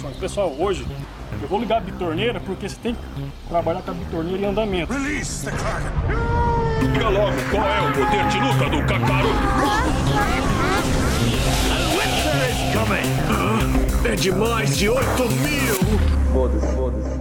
informações. Pessoal, hoje eu vou ligar a bitorneira porque você tem que trabalhar com a bitorneira em andamento. Release the Kraken! Diga logo qual é o poder de luta do Kakaroto. É de mais de 8.000! Foda-se.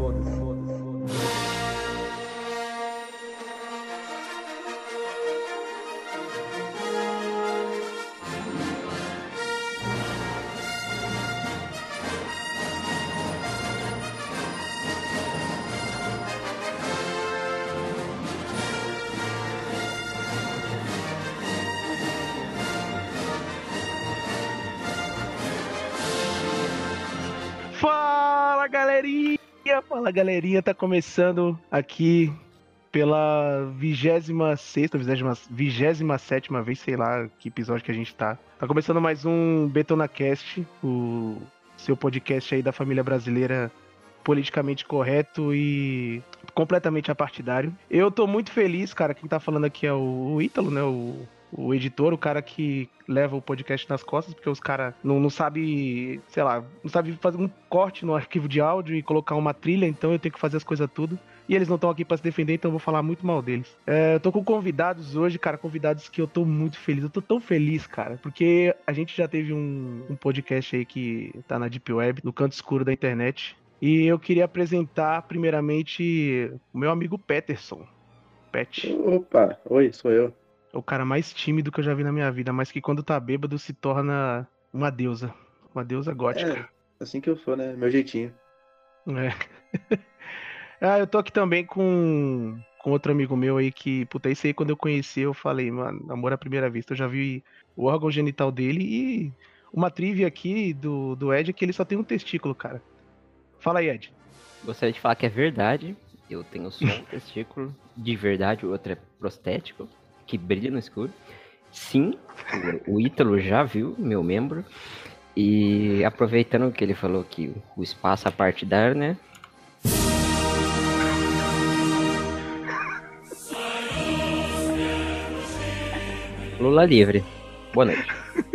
Fala galerinha, tá começando aqui pela 26ª, 27ª vez, sei lá que episódio que a gente tá. Tá começando mais um BetonaCast, o seu podcast aí da família brasileira politicamente correto e completamente apartidário. Eu tô muito feliz, cara, quem tá falando aqui é o Ítalo, né, o editor, o cara que leva o podcast nas costas, porque os caras não sabe, sei lá, não sabe fazer um corte no arquivo de áudio e colocar uma trilha, então eu tenho que fazer as coisas tudo. E eles não estão aqui pra se defender, então eu vou falar muito mal deles. Eu tô com convidados hoje, cara, convidados que eu tô muito feliz. Eu tô tão feliz, cara, porque a gente já teve um podcast aí que tá na Deep Web, no canto escuro da internet. E eu queria apresentar, primeiramente, o meu amigo Peterson. Pet. Opa, oi, sou eu. É o cara mais tímido que eu já vi na minha vida, mas que quando tá bêbado se torna uma deusa gótica. É, assim que eu sou, né? Meu jeitinho. É. Eu tô aqui também com outro amigo meu aí que, puta, esse aí quando eu conheci eu falei, mano, amor à primeira vista. Eu já vi o órgão genital dele e uma trivia aqui do Ed é que ele só tem um testículo, cara. Fala aí, Ed. Gostaria de falar que é verdade. Eu tenho só um testículo de verdade, o outro é prostético, que brilha no escuro. Sim, o Ítalo já viu meu membro. E aproveitando que ele falou que o espaço apartidário, né? Lula livre. Boa noite.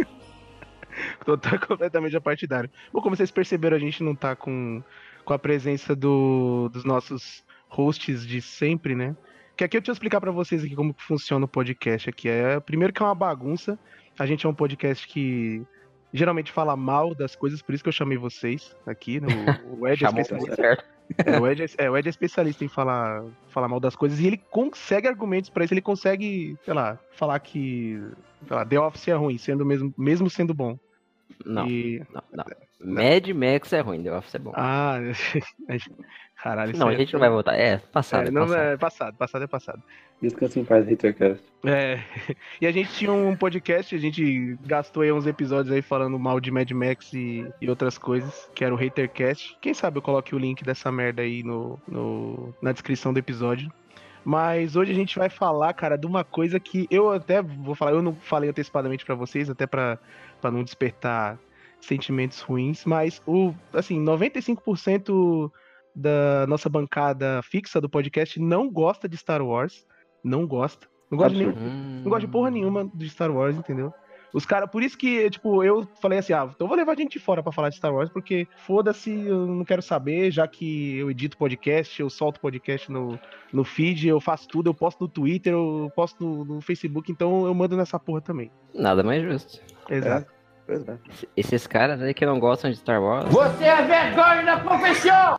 Tá completamente apartidário. Bom, como vocês perceberam, a gente não tá com a presença dos nossos hosts de sempre, né? Que aqui eu deixa eu explicar pra vocês aqui como que funciona o podcast aqui. Primeiro que é uma bagunça. A gente é um podcast que geralmente fala mal das coisas, por isso que eu chamei vocês aqui, né? O Ed é especialista. Certo. O Ed é especialista em falar mal das coisas e ele consegue argumentos pra isso. Ele consegue, sei lá, falar que, sei lá, The Office é ruim, mesmo sendo bom. Não. Mad Max é ruim, The Office é bom. Caralho, não, a gente não vai voltar. Passado. Passado é passado. Descansa em paz, Hatercast. E a gente tinha um podcast, a gente gastou aí uns episódios aí falando mal de Mad Max e outras coisas, que era o Hatercast. Quem sabe eu coloque o link dessa merda aí na descrição do episódio. Mas hoje a gente vai falar, cara, de uma coisa que eu até vou falar, eu não falei antecipadamente pra vocês, até pra não despertar sentimentos ruins, mas 95% da nossa bancada fixa do podcast não gosta de Star Wars. Não gosta. Não gosta de porra nenhuma de Star Wars, entendeu? Os caras, por isso que, tipo, eu falei assim, então eu vou levar gente de fora pra falar de Star Wars, porque foda-se, eu não quero saber, já que eu edito podcast, eu solto podcast no feed, eu faço tudo, eu posto no Twitter, eu posto no Facebook, então eu mando nessa porra também. Nada mais justo. Exato. Pois é. Esses caras aí que não gostam de Star Wars... Você é vergonha da profissão!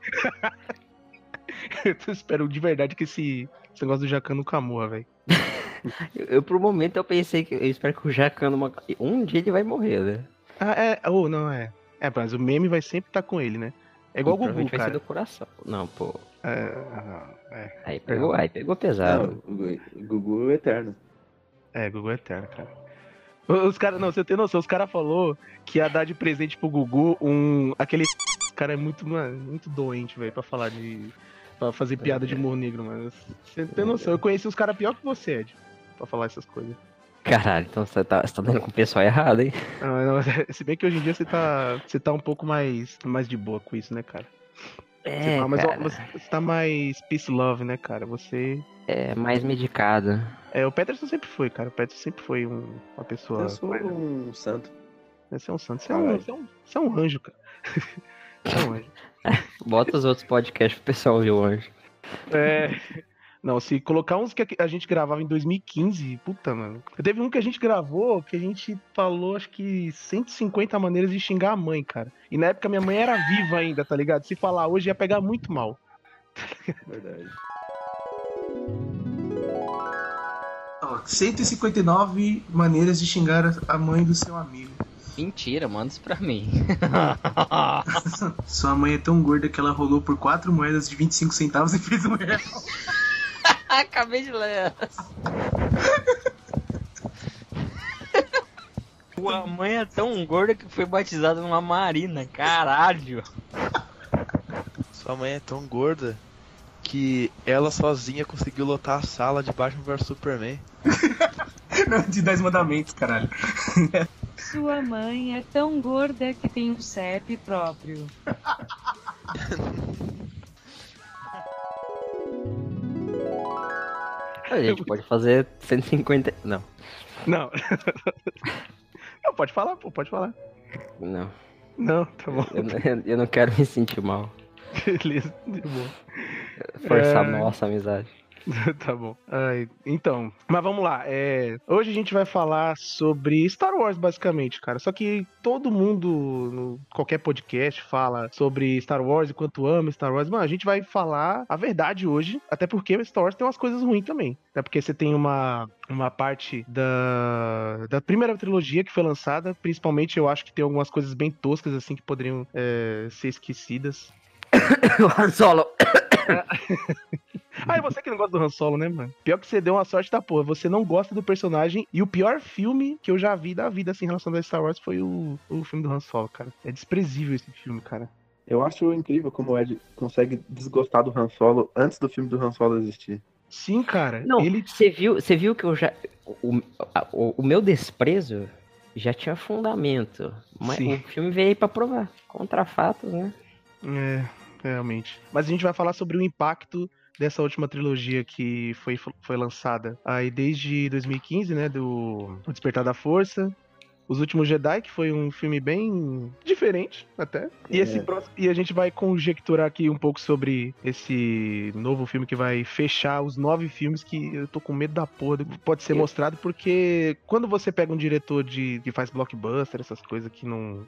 Eu espero de verdade que esse negócio do Jacan nunca morra, velho. Eu, por um momento, eu pensei que... Eu espero que o Jacan... Um dia ele vai morrer, né? Mas o meme vai sempre estar com ele, né? É igual o Gugu, vai cara. ser do coração. Não, pô. Aí pegou pesado. Não, o Gugu é eterno. Gugu é eterno, cara. Os caras, não, você tem noção, os caras falaram que ia dar de presente pro Gugu aquele cara é muito doente, velho, pra fazer piada de humor negro, mano. Você tem noção, eu conheci os caras pior que você, Ed, pra falar essas coisas. Caralho, então você tá dando com o pessoal errado, hein? Não, se bem que hoje em dia você tá um pouco mais de boa com isso, né, cara? Você tá mais peace love, né, cara? Você... É mais medicado. O Peterson sempre foi, cara. O Peterson sempre foi uma pessoa... Eu sou um santo. Você é um santo. Você é um anjo, cara. Não, anjo. Bota os outros podcasts pro pessoal ouvir o anjo. Não, se colocar uns que a gente gravava em 2015, puta, mano. Teve um que a gente gravou que a gente falou, acho que 150 maneiras de xingar a mãe, cara. E na época minha mãe era viva ainda, tá ligado? Se falar hoje ia pegar muito mal. Verdade. Ó, 159 maneiras de xingar a mãe do seu amigo. Mentira, manda isso pra mim. Sua mãe é tão gorda que ela rolou por 4 moedas de 25 centavos e fez R$1. Acabei de ler. Sua mãe é tão gorda que foi batizada numa marina. Caralho. Sua mãe é tão gorda que ela sozinha conseguiu lotar a sala de Batman vs Superman. Não, de 10 mandamentos, caralho. Sua mãe é tão gorda que tem um CEP próprio. A gente pode fazer 150. Não. Não. Não, pode falar, pô, pode falar. Não. Não, tá bom. Eu não quero me sentir mal. Beleza, de boa. Forçar nossa amizade. Tá bom. Então, mas vamos lá. Hoje a gente vai falar sobre Star Wars, basicamente, cara. Só que todo mundo, qualquer podcast, fala sobre Star Wars e quanto ama Star Wars. Mano, a gente vai falar a verdade hoje. Até porque Star Wars tem umas coisas ruins também. Até porque você tem uma parte da primeira trilogia que foi lançada. Principalmente, eu acho que tem algumas coisas bem toscas, assim, que poderiam ser esquecidas. O Han Solo. Ah, e você que não gosta do Han Solo, né, mano? Pior que você deu uma sorte da porra. Você não gosta do personagem. E o pior filme que eu já vi da vida, assim, em relação a Star Wars, foi o filme do Han Solo, cara. É desprezível esse filme, cara. Eu acho incrível como o Ed consegue desgostar do Han Solo antes do filme do Han Solo existir. Sim, cara. Não, você viu que eu já... O meu desprezo já tinha fundamento. Mas Sim. o filme veio aí pra provar. Contra fatos, né? Realmente. Mas a gente vai falar sobre o impacto dessa última trilogia que foi lançada aí desde 2015, né, do Despertar da Força, Os Últimos Jedi, que foi um filme bem diferente até, e a gente vai conjecturar aqui um pouco sobre esse novo filme que vai fechar os 9 filmes que eu tô com medo da porra do que pode ser mostrado, porque quando você pega um diretor que faz blockbuster, essas coisas que não...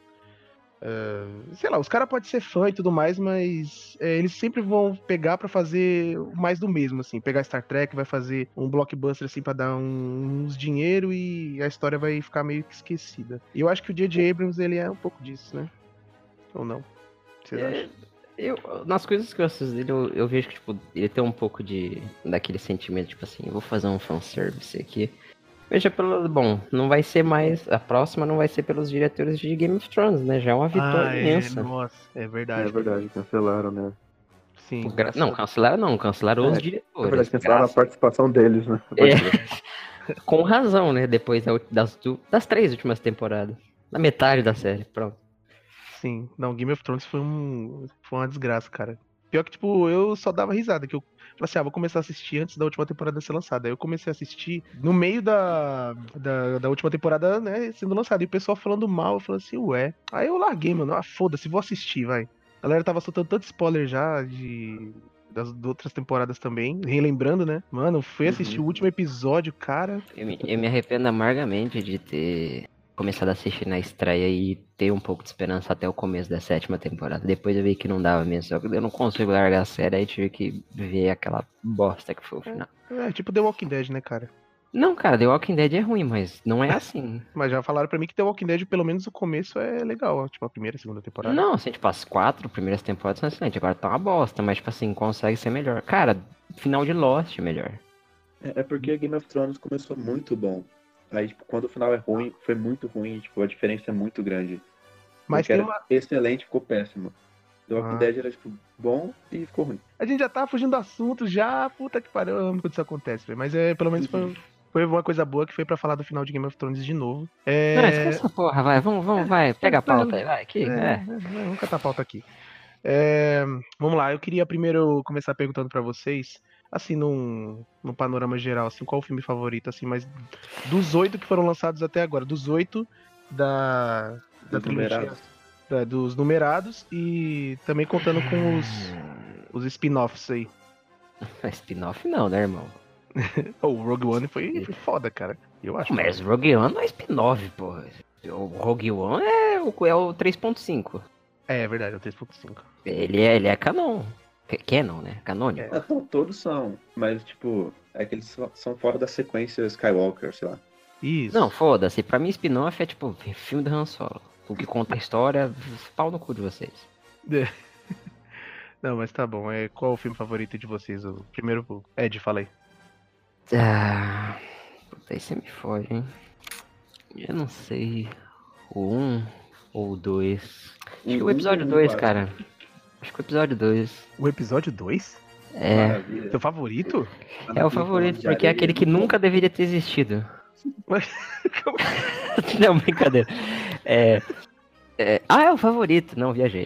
sei lá, os caras podem ser fã e tudo mais, mas eles sempre vão pegar pra fazer mais do mesmo, assim. Pegar Star Trek, vai fazer um blockbuster, assim, pra dar uns dinheiro e a história vai ficar meio que esquecida. E eu acho que o J.J. Abrams, ele é um pouco disso, né? Ou não? Vocês acham? Nas coisas que eu assisto dele, eu vejo que, tipo, ele tem um pouco daquele sentimento, tipo assim, eu vou fazer um fanservice aqui. Veja bom, não vai ser mais, a próxima não vai ser pelos diretores de Game of Thrones, né? Já é uma vitória imensa. Nossa, é verdade. É verdade, cancelaram, né? Sim. Cancelaram os diretores. É verdade, cancelaram a participação deles, né? Com razão, né? Depois das 3 últimas temporadas. Na metade da série, pronto. Sim, não, Game of Thrones foi uma desgraça, cara. Pior que, tipo, eu só dava risada, que eu falei assim, vou começar a assistir antes da última temporada ser lançada. Aí eu comecei a assistir no meio da última temporada, né, sendo lançada. E o pessoal falando mal, eu falei assim, ué. Aí eu larguei, mano, foda-se, vou assistir, vai. A galera tava soltando tanto spoiler já das outras temporadas também, relembrando, né? Mano, fui assistir o último episódio, cara. Eu me arrependo amargamente de ter começado a assistir na estreia e ter um pouco de esperança até o começo da 7ª temporada. Depois eu vi que não dava mesmo, só que eu não consigo largar a série, aí tive que ver aquela bosta que foi o final. Tipo The Walking Dead, né, cara? Não, cara, The Walking Dead é ruim, mas não é assim. Mas já falaram pra mim que The Walking Dead, pelo menos o começo, é legal, ó, tipo a primeira, segunda temporada. Não, assim, tipo, as 4 primeiras temporadas são excelentes, agora tá uma bosta, mas, tipo assim, consegue ser melhor. Cara, final de Lost melhor. É porque Game of Thrones começou muito bom. Aí, tipo, quando o final é ruim, foi muito ruim, tipo, a diferença é muito grande. Mas era excelente, ficou péssimo. The Walking Dead era, tipo, bom e ficou ruim. A gente já tá fugindo do assunto, já, puta que pariu, eu amo quando isso acontece, véio. Mas pelo menos foi uma coisa boa que foi pra falar do final de Game of Thrones de novo. Não, esquece essa porra, vai, vamos, vai, pega a pauta aí, vai, aqui, Vamos catar a pauta aqui. Vamos lá, eu queria primeiro começar perguntando pra vocês, assim, num panorama geral, assim, qual o filme favorito, assim, mas dos 8 que foram lançados até agora, dos 8 da trilogia dos numerados e também contando com os spin-offs aí. Spin-off não, né, irmão? O Rogue One foi foda, cara. Eu acho. Mas o Rogue One não é spin-off, porra. O Rogue One é o 3.5. É verdade, é o 3.5. Ele é canon. Canon, né? Canônico. Todos são, mas tipo, é que eles são fora da sequência Skywalker, sei lá. Isso. Não, foda-se. Pra mim, spin-off é tipo filme do Han Solo. O que conta a história, pau no cu de vocês. Não, mas tá bom. Qual o filme favorito de vocês? O primeiro, Ed, fala aí. Puta, aí você me fode, hein? Eu não sei. O 1 ou o 2? Acho que o episódio 2, cara. Acho que o episódio 2. O episódio 2? É. Maravilha. Seu favorito? É o favorito, porque é aquele que nunca deveria ter existido. Não, brincadeira. É o favorito. Não, viajei.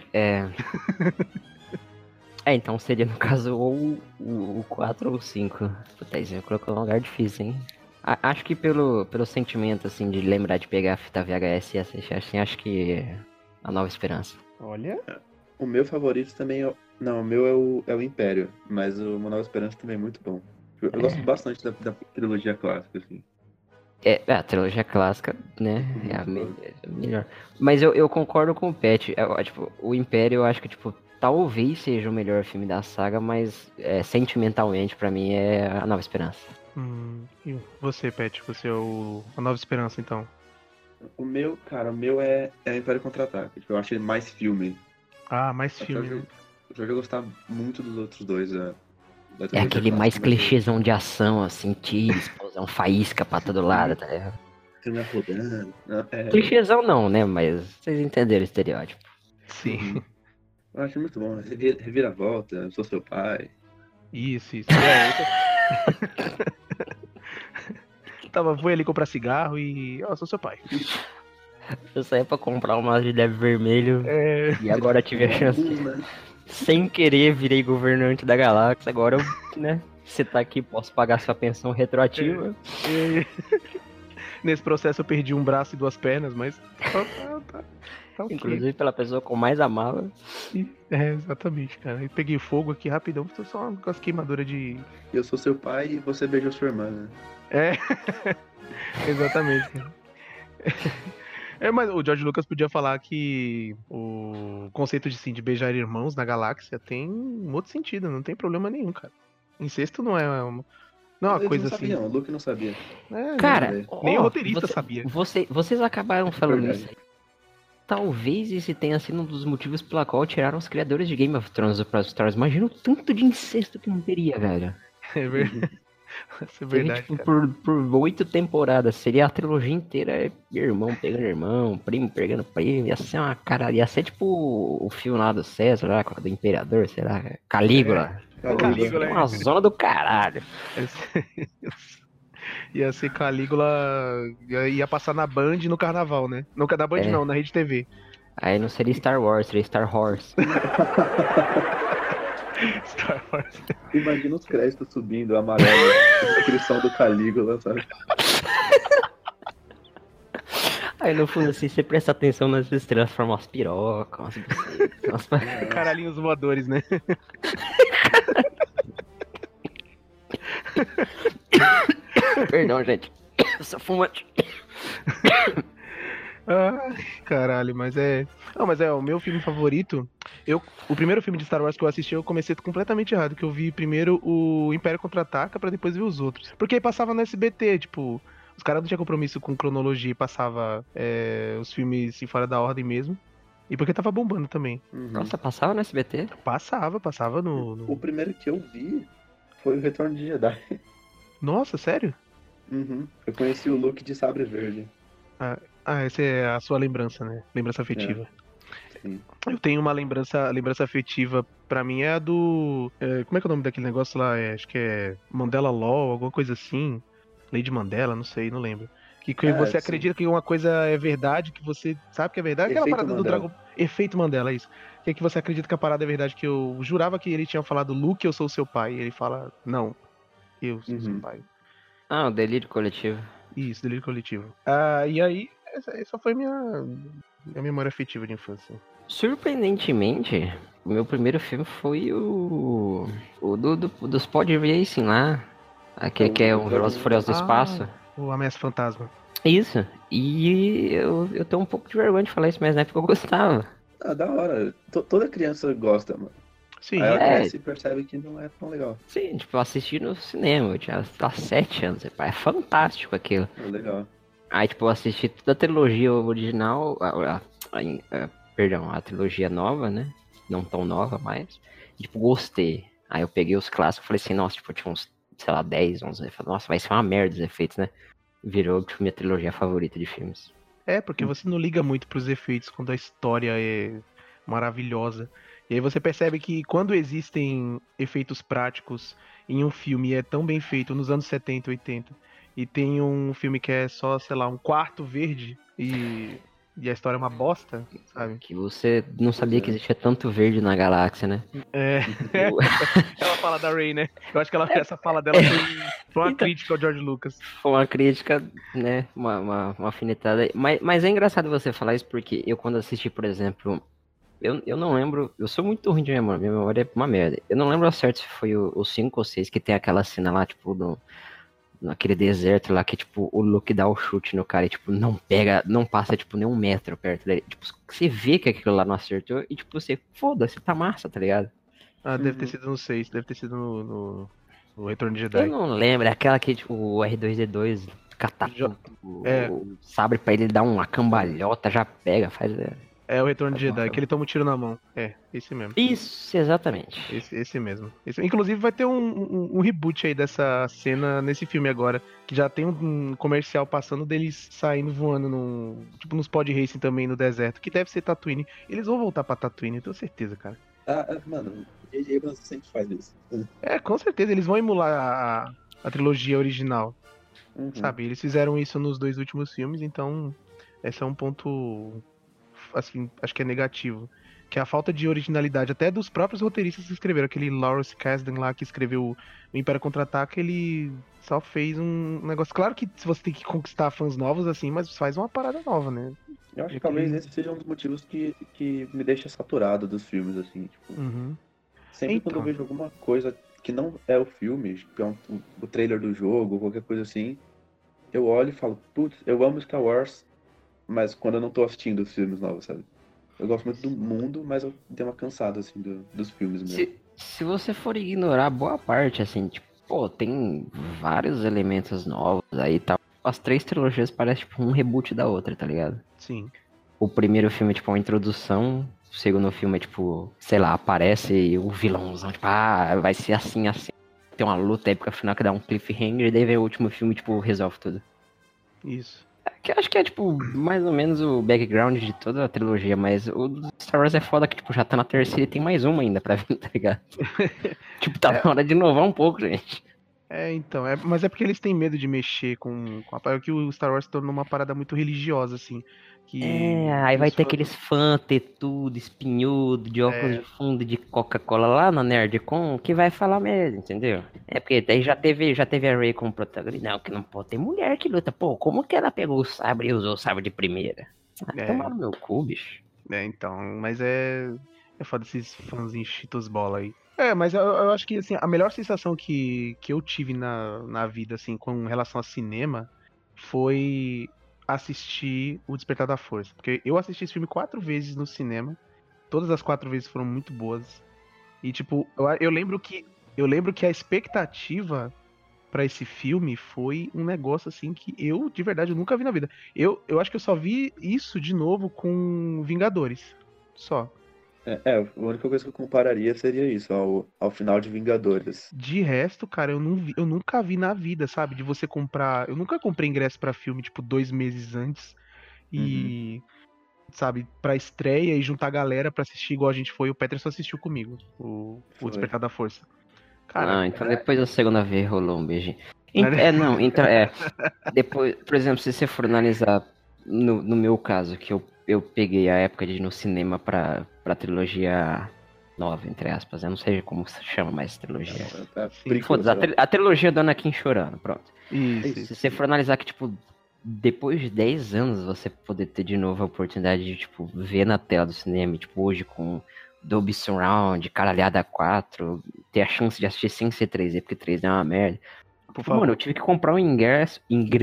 Então seria no caso ou o 4 ou o 5. Puta, isso colocou num lugar difícil, hein? Acho que pelo sentimento, assim, de lembrar de pegar a fita VHS e assistir, assim, acho que A Nova Esperança. Olha. O meu favorito também Não, o meu é o Império, mas o Uma Nova Esperança também é muito bom. Eu gosto bastante da trilogia clássica, assim. A trilogia clássica, né? É a melhor. Mas eu concordo com o Pet. Tipo, o Império, eu acho que, tipo, talvez seja o melhor filme da saga, mas sentimentalmente, pra mim, é A Nova Esperança. E você, Pet? Você é A Nova Esperança, então? O meu é Império Contra-Ataque. Eu acho ele mais filme. Mais filme. Eu já gostar muito dos outros dois. É aquele mais clichêzão de ação, assim, tiro, explosão, faísca pra todo lado, tá ligado? Rodando. Clichêzão não, né? Mas vocês entenderam o estereótipo. Sim. Eu acho muito bom. Reviravolta, eu sou seu pai. Isso. Fui ali comprar cigarro e... eu sou seu pai. Eu saí pra comprar um maço de leve vermelho e agora tive a chance. Sem querer, virei governante da galáxia. Agora eu, né? Você tá aqui, posso pagar sua pensão retroativa. Nesse processo eu perdi um braço e 2 pernas, mas... Tá okay. Inclusive pela pessoa que eu mais amava. Exatamente, cara. Eu peguei fogo aqui rapidão, tô só com as queimaduras de... Eu sou seu pai e você beijou sua irmã, né? Exatamente, cara. Mas o George Lucas podia falar que o conceito de beijar irmãos na galáxia tem um outro sentido, não tem problema nenhum, cara. Incesto não é uma coisa não sabiam, assim. O Luke não sabia. Cara, nem o roteirista sabia. Vocês acabaram falando isso aí. Talvez esse tenha sido um dos motivos pela qual tiraram os criadores de Game of Thrones do próximo Star Wars. Imagina o tanto de incesto que não teria, velho. É verdade. Isso é verdade, tipo, por 8 temporadas, seria a trilogia inteira, irmão pegando irmão, primo pegando primo, ia ser uma cara, ia ser tipo o filme lá do César, lá, do Imperador, sei lá, Calígula. Calígula, uma zona do caralho. Ia ser Calígula, ia passar na Band no carnaval, né? Não, na Band não, na Rede TV. Aí não seria Star Wars, seria Star Horse. Star Wars. Imagina os créditos subindo, amarelo, descrição do Calígula, sabe? Aí no fundo assim, você presta atenção nas estrelas, formam umas pirocas, umas caralhinhos voadores, né? Perdão, gente. Eu sou fumante. Caralho, mas o meu filme favorito. O primeiro filme de Star Wars que eu assisti, eu comecei completamente errado. Que eu vi primeiro o Império Contra-Ataca pra depois ver os outros. Porque aí passava no SBT, tipo, os caras não tinham compromisso com cronologia e passava os filmes assim, fora da ordem mesmo. E porque tava bombando também. Nossa, passava no SBT? Passava no... O primeiro que eu vi foi o Retorno de Jedi. Nossa, sério? Eu conheci o Luke de Sabre Verde. Essa é a sua lembrança, né? Lembrança afetiva. Sim. Eu tenho uma lembrança afetiva, pra mim é a do... como é que é o nome daquele negócio lá? Acho que é Mandela Law, alguma coisa assim. Lei de Mandela, não sei, não lembro. Que você acredita que uma coisa é verdade, que você sabe que é verdade. Aquela parada do Dragon... Efeito Mandela, isso. Que você acredita que a parada é verdade, que eu jurava que ele tinha falado, Luke, eu sou seu pai. E ele fala, não, eu sou seu pai. O delírio coletivo. Isso, delírio coletivo. E aí, essa foi minha memória afetiva de infância. Surpreendentemente, o meu primeiro filme foi dos pod racing lá. Aquele que é o Velozes e Furiosos do Espaço. O Ameaça Fantasma. Isso. E eu tenho um pouco de vergonha de falar isso, mas na época eu gostava. Ah, da hora. Toda criança gosta, mano. Sim, Aí ela cresce e percebe que não é tão legal. Sim, tipo, eu assisti no cinema, eu tinha 7 anos. É fantástico aquilo. É legal. Aí, tipo, eu assisti toda a trilogia original, perdão, a trilogia nova, né? Não tão nova mais. E, tipo, gostei. Aí eu peguei os clássicos e falei assim, nossa, tipo, eu tinha uns, sei lá, 10, 11. Eu falei, nossa, vai ser uma merda os efeitos, né? Virou, tipo, minha trilogia favorita de filmes. É, porque você não liga muito pros efeitos quando a história é maravilhosa. E aí você percebe que quando existem efeitos práticos em um filme e é tão bem feito nos anos 70, 80, e tem um filme que é só, sei lá, um quarto verde e a história é uma bosta, sabe? Que você não sabia que existia tanto verde na galáxia, né? É. Ela fala da Rey, né? Eu acho que essa fala dela foi uma crítica ao George Lucas. Foi uma crítica, né? Uma alfinetada. Mas é engraçado você falar isso porque eu, quando assisti, por exemplo. Eu não lembro. Eu sou muito ruim de memória. Minha memória é uma merda. Eu não lembro ao certo se foi o 5 ou 6 que tem aquela cena lá, tipo, naquele deserto lá que, tipo, o Luke dá o chute no cara e, tipo, não passa, tipo, nem 1 metro perto dele. Tipo, você vê que aquilo lá não acertou e, tipo, você, foda-se, tá massa, tá ligado? Ah, deve ter sido no 6, deve ter sido no Retorno de Jedi. Eu não lembro, é aquela que, tipo, o R2D2 catapulta o sabre pra ele dar uma cambalhota, já pega, faz... É o Retorno de Jedi, que ele toma um tiro na mão. É, esse mesmo. Isso, exatamente. Esse mesmo. Inclusive vai ter um reboot aí dessa cena nesse filme agora. Que já tem um comercial passando deles saindo voando tipo nos pod racing também no deserto. Que deve ser Tatooine. Eles vão voltar pra Tatooine, eu tenho certeza, cara. Mano, o J.J. Abrams sempre faz isso. É, com certeza. Eles vão emular a trilogia original. Sabe? Eles fizeram isso nos 2 últimos filmes, então esse é um ponto... assim, acho que é negativo, que é a falta de originalidade até dos próprios roteiristas que escreveram. Aquele Lawrence Kasdan lá que escreveu o Império Contra-Ataca, ele só fez um negócio, claro que você tem que conquistar fãs novos assim, mas faz uma parada nova, né? Eu acho que talvez esse seja um dos motivos que me deixa saturado dos filmes, assim, tipo, sempre quando eu vejo alguma coisa que não é o filme, tipo, o trailer do jogo, qualquer coisa assim, eu olho e falo, putz, eu amo Star Wars, mas quando eu não tô assistindo os filmes novos, sabe? Eu gosto muito do mundo, mas eu dei uma cansada, assim, dos filmes mesmo. Se você for ignorar boa parte, assim, tipo, pô, tem vários elementos novos aí, tá? As 3 trilogias parecem, tipo, um reboot da outra, tá ligado? Sim. O primeiro filme é, tipo, uma introdução. O segundo filme é, tipo, sei lá, aparece o vilãozão, tipo, vai ser assim. Tem uma luta épica final que dá um cliffhanger, e daí vem o último filme, tipo, resolve tudo. Isso. Que eu acho que é, tipo, mais ou menos o background de toda a trilogia, mas o do Star Wars é foda que, tipo, já tá na terceira e tem mais uma ainda pra vir, tá ligado? Tipo, tá na hora de inovar um pouco, gente. Então, mas é porque eles têm medo de mexer com a parada, que o Star Wars se tornou uma parada muito religiosa, assim. Aí vai ter aqueles fãs tudo espinhudo, de óculos de fundo de Coca-Cola lá na Nerdcon, que vai falar mesmo, entendeu? É porque daí já teve a Rey como protagonista. Não, que não pode ter mulher que luta. Pô, como que ela pegou o sabre e usou o sabre de primeira? Toma no meu cu, bicho. Então, mas é foda esses fãzinhos cheetos bola aí. Mas eu acho que, assim, a melhor sensação que eu tive na vida, assim, com relação a cinema, foi assistir O Despertar da Força. Porque eu assisti esse filme 4 vezes no cinema. Todas as 4 vezes foram muito boas. E, tipo, eu lembro que a expectativa pra esse filme foi um negócio, assim, que eu, de verdade, eu nunca vi na vida. Eu acho que eu só vi isso de novo com Vingadores. Só. A única coisa que eu compararia seria isso, ao final de Vingadores. De resto, cara, eu nunca vi na vida, sabe? De você comprar... Eu nunca comprei ingresso pra filme, tipo, 2 meses antes. E, sabe, pra estreia e juntar a galera pra assistir igual a gente foi. O Peter só assistiu comigo, o Despertar da Força. Cara, então depois da segunda vez rolou um beijinho. Depois, por exemplo, se você for analisar, no meu caso, que eu peguei a época de ir no cinema pra trilogia nova, entre aspas. Eu não sei como se chama mais trilogia. Foda-se, a trilogia do Anakin chorando, pronto. Isso. Se você for analisar que, tipo, depois de 10 anos, você poder ter de novo a oportunidade de, tipo, ver na tela do cinema, tipo, hoje com Dolby Surround, caralhada 4, ter a chance de assistir sem ser 3D, porque 3D é uma merda. Por favor. Mano, eu tive que comprar um ingresso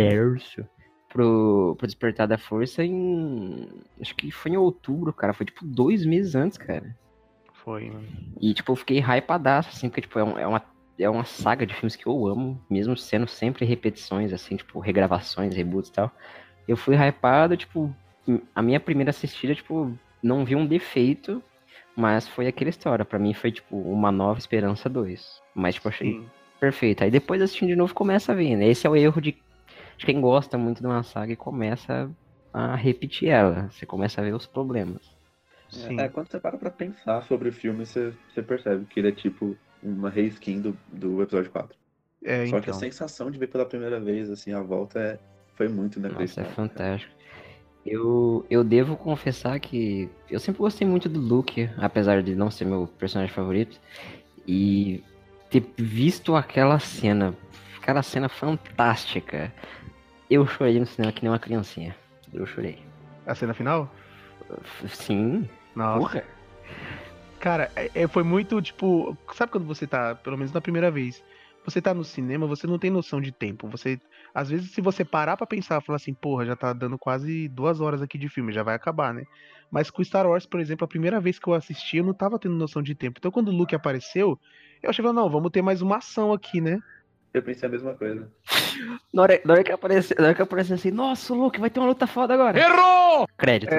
pro Despertar da Força acho que foi em outubro, cara. Foi, tipo, 2 meses antes, cara. Foi, mano. E, tipo, eu fiquei hypadaço, assim, porque, tipo, é uma saga de filmes que eu amo, mesmo sendo sempre repetições, assim, tipo, regravações, reboots e tal. Eu fui hypado, tipo, a minha primeira assistida, tipo, não vi um defeito, mas foi aquela história. Pra mim foi, tipo, Uma Nova Esperança 2. Mas, tipo, achei perfeito. Aí depois assistindo de novo começa a ver, né? Esse é o erro de quem gosta muito de uma saga e começa a repetir ela. Você começa a ver os problemas. Quando você para pra pensar sobre o filme, você percebe que ele é tipo uma reskin do episódio 4. Só que a sensação de ver pela primeira vez, assim, a volta foi muito inacreditável. Nossa, é fantástico. Eu devo confessar que eu sempre gostei muito do Luke, apesar de não ser meu personagem favorito. E ter visto aquela cena fantástica, eu chorei no cinema que nem uma criancinha. Eu chorei. A cena final? Sim. Nossa. Porra. Cara, foi muito, tipo... Sabe quando você tá, pelo menos na primeira vez, você tá no cinema, você não tem noção de tempo. Às vezes, se você parar pra pensar, falar assim, porra, já tá dando quase 2 horas aqui de filme, já vai acabar, né? Mas com Star Wars, por exemplo, a primeira vez que eu assisti, eu não tava tendo noção de tempo. Então, quando o Luke apareceu, eu achei, não, vamos ter mais uma ação aqui, né? Eu pensei a mesma coisa. Na hora que apareceu assim, nossa, o Luke vai ter uma luta foda agora. Errou! Créditos.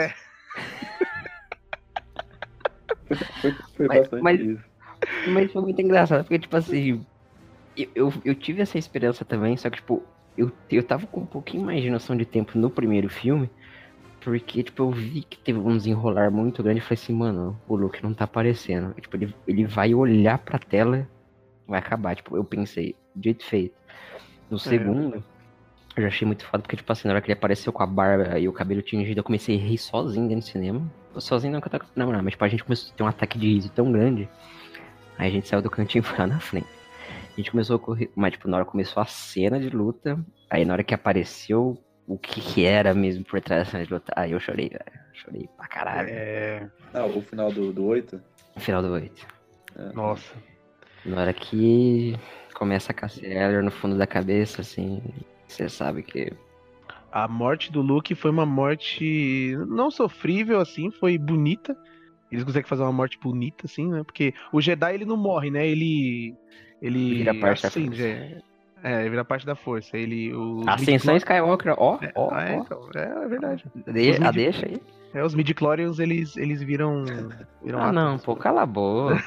Foi bastante isso. Mas foi muito engraçado, porque, tipo assim, eu tive essa esperança também, só que, tipo, eu tava com um pouquinho mais de noção de tempo no primeiro filme, porque, tipo, eu vi que teve um desenrolar muito grande e falei assim, mano, o Luke não tá aparecendo. E, tipo, ele vai olhar pra tela, vai acabar. Tipo, eu pensei, dito feito. No segundo, eu já achei muito foda, porque, tipo assim, na hora que ele apareceu com a barba e o cabelo tingido, eu comecei a rir sozinho dentro do cinema. Sozinho não, que eu tava com a namorada, mas, tipo, a gente começou a ter um ataque de riso tão grande. Aí a gente saiu do cantinho e foi lá na frente. A gente começou a correr, mas, tipo, na hora que começou a cena de luta, aí na hora que apareceu o que era mesmo por trás da cena de luta, aí eu chorei, velho. Chorei pra caralho. O final do 8? O final do 8. Nossa. Na hora que começa a Cassiel no fundo da cabeça, assim, você sabe que... A morte do Luke foi uma morte não sofrível, assim, foi bonita. Eles conseguem fazer uma morte bonita, assim, né? Porque o Jedi, ele não morre, né? Ele vira parte da força. Ele vira parte da força. Ascensão Skywalker, ó. Então, é verdade. Deixa aí. Os midi-chlorians, eles viram não, pô, cala a boca.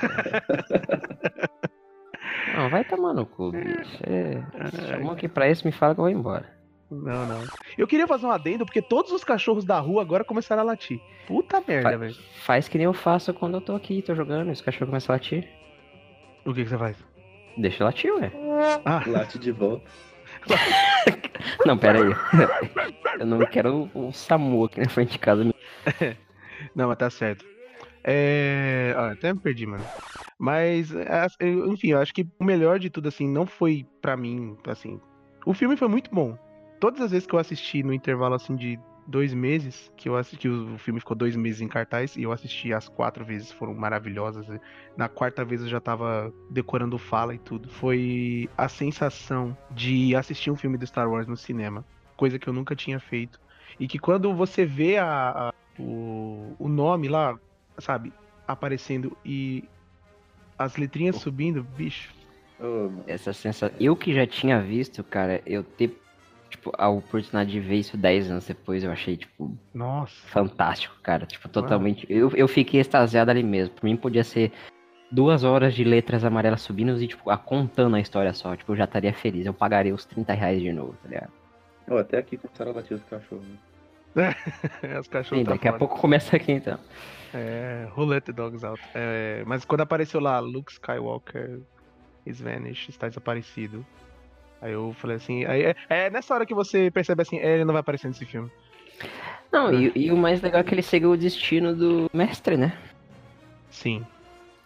Não, vai tomar no cu, bicho. Chamou aqui pra isso, me fala que eu vou embora. Não. Eu queria fazer um adendo, porque todos os cachorros da rua agora começaram a latir. Puta merda, velho. Faz que nem eu faço quando eu tô aqui, tô jogando, os cachorros começam a latir. O que você faz? Deixa latir, ué. Late de volta. Não, pera aí. Eu não quero o Samu aqui na frente de casa. Não, mas tá certo. Até me perdi, mano. Mas, enfim, eu acho que o melhor de tudo, assim, não foi pra mim, assim... O filme foi muito bom. Todas as vezes que eu assisti no intervalo, assim, de 2 meses, que o filme ficou 2 meses em cartaz, e eu assisti as 4 vezes, foram maravilhosas. Na 4ª vez eu já tava decorando fala e tudo. Foi a sensação de assistir um filme do Star Wars no cinema, coisa que eu nunca tinha feito. E que quando você vê o nome lá, sabe, aparecendo e as letrinhas subindo, bicho. Essa sensação. Eu que já tinha visto, cara, eu ter, tipo, a oportunidade de ver isso 10 anos depois, eu achei, tipo, nossa, fantástico, cara. Tipo, totalmente. Eu fiquei extasiado ali mesmo. Pra mim podia ser 2 horas de letras amarelas subindo e, tipo, contando a história só. Tipo, eu já estaria feliz. Eu pagaria os R$30 de novo, tá ligado? Até aqui começaram a latir os cachorros. Os cachorros. Sim, daqui a pouco começa aqui então. Who let the dogs out? Mas quando apareceu lá, Luke Skywalker is vanished, está desaparecido. Aí eu falei assim, nessa hora que você percebe assim, ele não vai aparecer nesse filme. Não, e o mais legal é que ele seguiu o destino do mestre, né? Sim.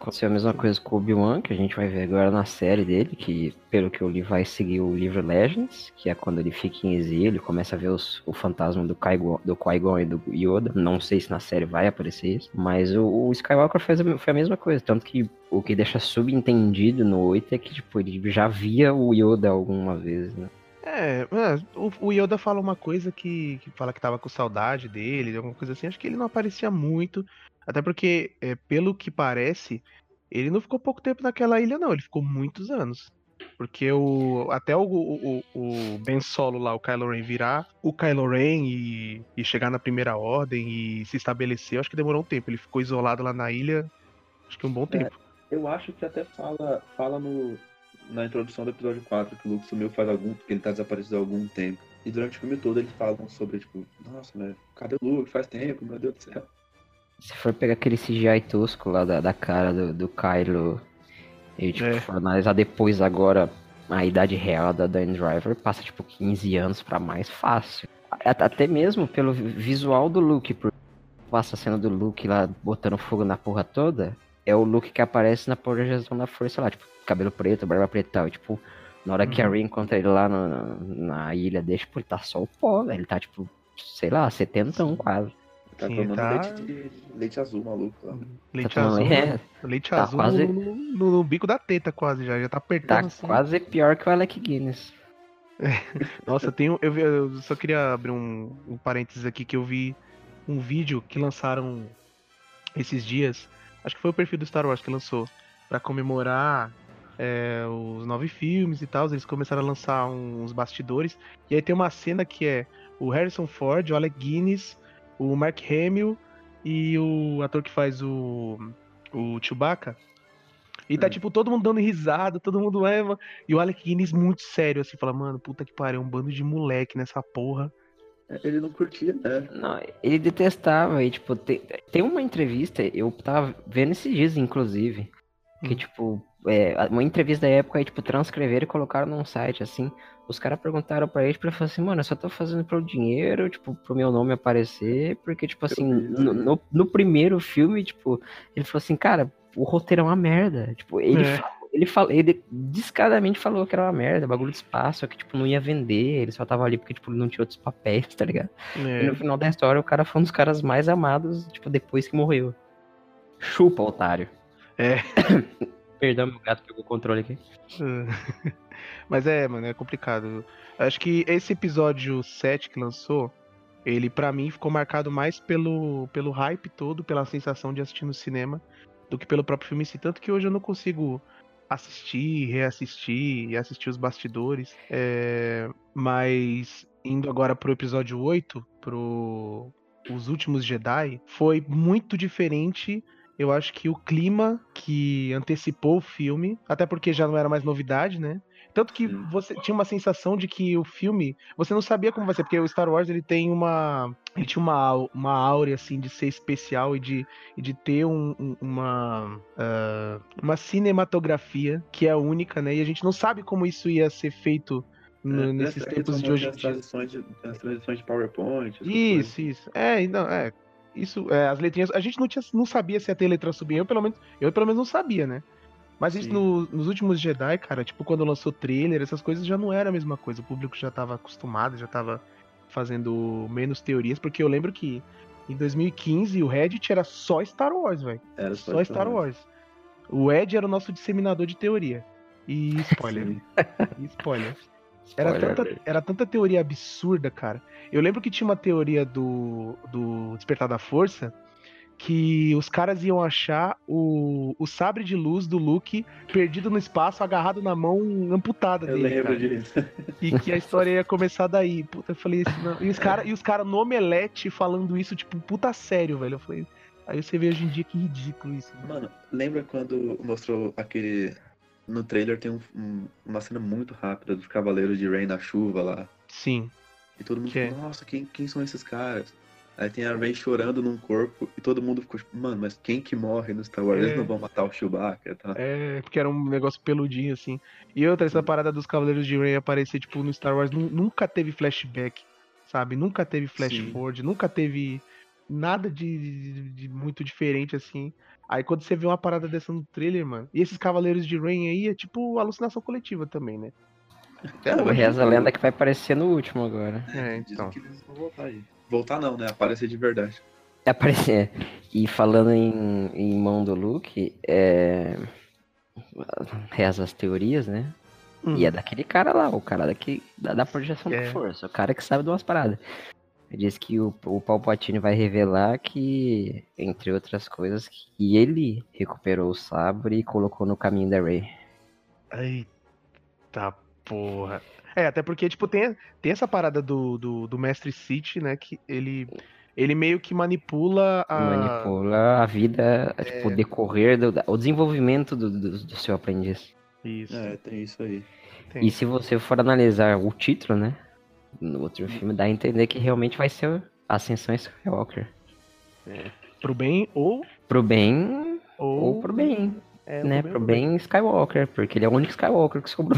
Aconteceu a mesma coisa com o Obi-Wan, que a gente vai ver agora na série dele, que pelo que eu li vai seguir o livro Legends, que é quando ele fica em exílio, come,a ver o fantasma do Qui-Gon e do Yoda. Não sei se na série vai aparecer isso, mas o Skywalker foi a mesma coisa, tanto que o que deixa subentendido no 8 é que tipo, ele já via o Yoda alguma vez, né? O Yoda fala uma coisa que fala que tava com saudade dele, alguma coisa assim. Acho que ele não aparecia muito, até porque, pelo que parece, ele não ficou pouco tempo naquela ilha, não. Ele ficou muitos anos. Porque até o Ben Solo lá, o Kylo Ren, virar o Kylo Ren e chegar na Primeira Ordem e se estabelecer, acho que demorou um tempo. Ele ficou isolado lá na ilha, acho que um bom tempo. Eu acho que até fala na introdução do episódio 4 que o Luke sumiu que ele tá desaparecido há algum tempo. E durante o filme todo eles falam sobre, tipo, nossa, mas cadê o Luke? Faz tempo, meu Deus do céu. Se for pegar aquele CGI tosco lá da cara do Kylo e tipo, for analisar depois agora a idade real da Dan Driver, passa tipo 15 anos pra mais fácil. Até mesmo pelo visual do Luke, porque passa a cena do Luke lá botando fogo na porra toda, é o Luke que aparece na projeção da força lá, tipo, cabelo preto, barba preta e tal. E, tipo, na hora que a Rey encontra ele lá na ilha dele, tipo, ele tá só o pó, velho. Ele tá, tipo, sei lá, 70 quase. Tá tomando leite azul, maluco. Lá. Leite azul, leite tá azul quase... no bico da teta quase, já tá apertando tá assim. Quase pior que o Alec Guinness. Nossa, eu só queria abrir um parênteses aqui, que eu vi um vídeo que lançaram esses dias. Acho que foi o perfil do Star Wars que lançou pra comemorar os 9 filmes e tal. Eles começaram a lançar uns bastidores. E aí tem uma cena que é o Harrison Ford, o Alec Guinness, o Mark Hamill e o ator que faz o Chewbacca. E tá tipo todo mundo dando risada, todo mundo mano. E o Alec Guinness muito sério, assim, fala, mano, puta que pariu, um bando de moleque nessa porra. Ele não curtia, né? Não, ele detestava. E, tipo, tem uma entrevista, eu tava vendo esses dias, inclusive, que, tipo, uma entrevista da época, aí, tipo, transcreveram e colocaram num site, assim. Os caras perguntaram pra ele, falou assim, mano, eu só tô fazendo pelo dinheiro, tipo, pro meu nome aparecer, porque, tipo, assim, no primeiro filme, tipo, ele falou assim, cara, o roteiro é uma merda. Tipo, ele descaradamente falou que era uma merda, bagulho de espaço, que, tipo, não ia vender, ele só tava ali porque, tipo, não tinha outros papéis, tá ligado? E no final da história, o cara foi um dos caras mais amados, tipo, depois que morreu. Chupa, otário. Perdão, meu gato pegou o controle aqui. Mas mano, é complicado. Acho que esse episódio 7 que lançou, ele pra mim ficou marcado mais pelo hype todo, pela sensação de assistir no cinema, do que pelo próprio filme em si. Tanto que hoje eu não consigo assistir, reassistir e assistir os bastidores. Mas indo agora pro episódio 8, Os Últimos Jedi, foi muito diferente. Eu acho que o clima que antecipou o filme, até porque já não era mais novidade, né? Tanto que você tinha uma sensação de que o filme, você não sabia como vai ser, porque o Star Wars ele tinha uma áurea assim de ser especial e de ter uma cinematografia que é única, né? E a gente não sabe como isso ia ser feito nesses tempos de hoje em dia. As transições de PowerPoint. Isso. Isso, as letrinhas. A gente não sabia se ia ter letra subindo. Eu pelo menos não sabia, né? Mas isso nos últimos Jedi, cara, tipo, quando lançou trailer, essas coisas já não era a mesma coisa. O público já tava acostumado, já tava fazendo menos teorias, porque eu lembro que em 2015 o Reddit era só Star Wars, velho. Era só Star Wars. O Ed era o nosso disseminador de teoria. E spoiler. Spoiler. Era tanta teoria absurda, cara. Eu lembro que tinha uma teoria do Despertar da Força que os caras iam achar o sabre de luz do Luke perdido no espaço, agarrado na mão amputada dele. Eu lembro cara. disso. E que a história ia começar daí. Puta, eu falei isso, não. E os caras no Omelete falando isso, tipo, puta sério, velho. Eu falei. Aí você vê hoje em dia que ridículo isso. Mano, lembra quando mostrou aquele. No trailer tem uma cena muito rápida dos Cavaleiros de Rey na chuva lá. Sim. E todo mundo ficou, nossa, quem são esses caras? Aí tem a Rey chorando num corpo e todo mundo ficou tipo, mano, mas quem que morre no Star Wars? Eles não vão matar o Chewbacca, tá? Porque era um negócio peludinho, assim. E outra, essa parada dos Cavaleiros de Rey aparecer, tipo, no Star Wars, nunca teve flashback, sabe? Nunca teve flash forward, nunca teve nada de muito diferente, assim. Aí quando você vê uma parada dessa no trailer, mano. E esses Cavaleiros de Rain aí é tipo alucinação coletiva também, né? Reza a lenda que vai aparecer no último agora. Dizem que eles vão voltar aí. Voltar não, né? Aparecer de verdade. Aparecer. E falando em mão do Luke, reza as teorias, né? E é daquele cara lá, o cara da projeção da força, o cara que sabe de umas paradas. Ele diz que o Palpatine vai revelar que, entre outras coisas, que ele recuperou o sabre e colocou no caminho da Rey. Eita porra. Até porque, tipo, tem essa parada do Mestre Sith, né? Que ele meio que manipula a vida, tipo, o decorrer, o desenvolvimento do seu aprendiz. Isso. Tem isso aí. E se você for analisar o título, né? No outro filme, dá a entender que realmente vai ser a Ascensão Skywalker. Pro bem ou... Pro bem ou pro bem. Né? Pro bem Skywalker, porque ele é o único Skywalker que sobrou.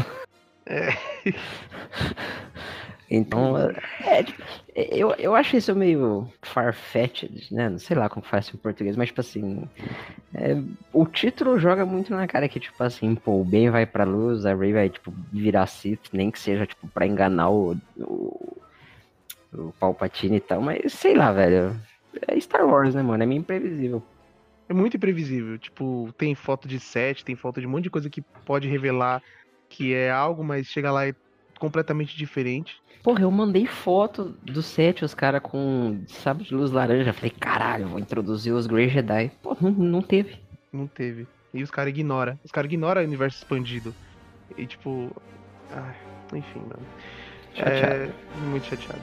Então, eu acho isso meio far-fetched, né? Não sei lá como faz isso em português, mas tipo assim, o título joga muito na cara que, tipo assim, pô, o Ben vai pra luz, a Rey vai, tipo, virar Sith, nem que seja, tipo, pra enganar o Palpatine e tal, mas sei lá, velho. É Star Wars, né, mano? É meio imprevisível. É muito imprevisível. Tipo, tem foto de set, tem foto de um monte de coisa que pode revelar que é algo, mas chega lá e completamente diferente. Porra, eu mandei foto do set, os caras com sabre de luz laranja. Falei, caralho, vou introduzir os Grey Jedi. Pô, não teve. Não teve. E os caras ignoram. Os caras ignoram o universo expandido. E tipo... enfim, mano. Chateado. Muito chateado.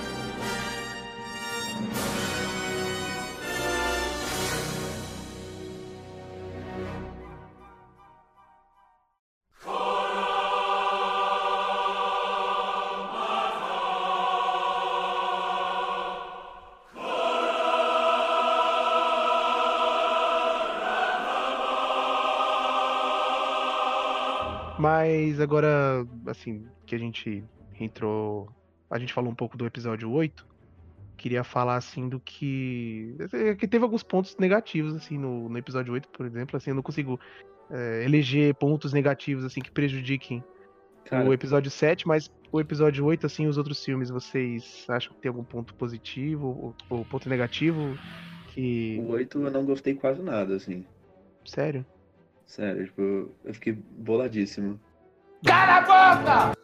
Mas agora, assim, que a gente entrou... A gente falou um pouco do episódio 8. Queria falar, assim, do que teve alguns pontos negativos, assim, no episódio 8, por exemplo. Assim, eu não consigo eleger pontos negativos, assim, que prejudiquem o episódio 7, mas o episódio 8, assim, os outros filmes, vocês acham que tem algum ponto positivo ou ponto negativo? O 8 eu não gostei quase nada, assim. Sério? Sério, tipo, eu fiquei boladíssimo. Cala a boca!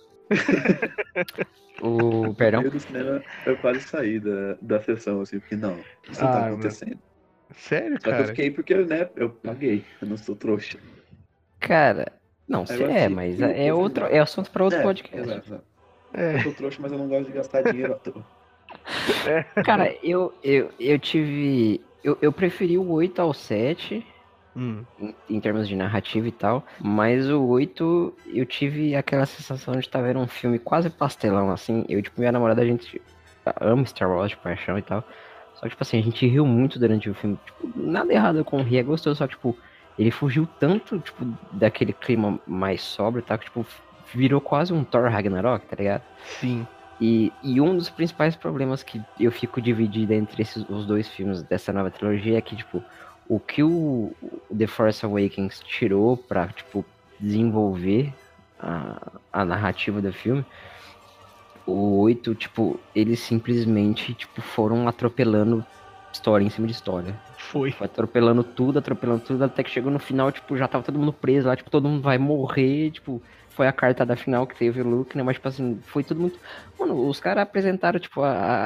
Perdão? No meio do cinema, eu quase saí da sessão, assim, porque não, isso não tá acontecendo. Sério, Só cara? que eu fiquei porque, né, eu paguei, eu não sou trouxa. Cara, não, mas é assunto pra outro podcast. Exato. Eu sou trouxa, mas eu não gosto de gastar dinheiro à toa. Cara, eu tive... Eu preferi o 8 ao 7... Em termos de narrativa e tal, mas o 8 eu tive aquela sensação de estar vendo um filme quase pastelão, assim. Eu, tipo, minha namorada, a gente ama Star Wars de paixão e tal, só que, tipo assim, a gente riu muito durante o filme, tipo, nada errado com rir, é gostoso, só que, tipo, ele fugiu tanto, tipo, daquele clima mais sóbrio, tá, que, tipo, virou quase um Thor Ragnarok, tá ligado? Sim. E um dos principais problemas que eu fico dividido entre os dois filmes dessa nova trilogia é que, tipo, o que o The Force Awakens tirou pra, tipo, desenvolver a narrativa do filme, o 8, tipo, eles simplesmente, tipo, foram atropelando história em cima de história. Foi atropelando tudo, até que chegou no final, tipo, já tava todo mundo preso lá, tipo, todo mundo vai morrer, tipo... Foi a cartada final que teve o Luke, né? Mas, tipo assim, foi tudo muito... Mano, os caras apresentaram, tipo,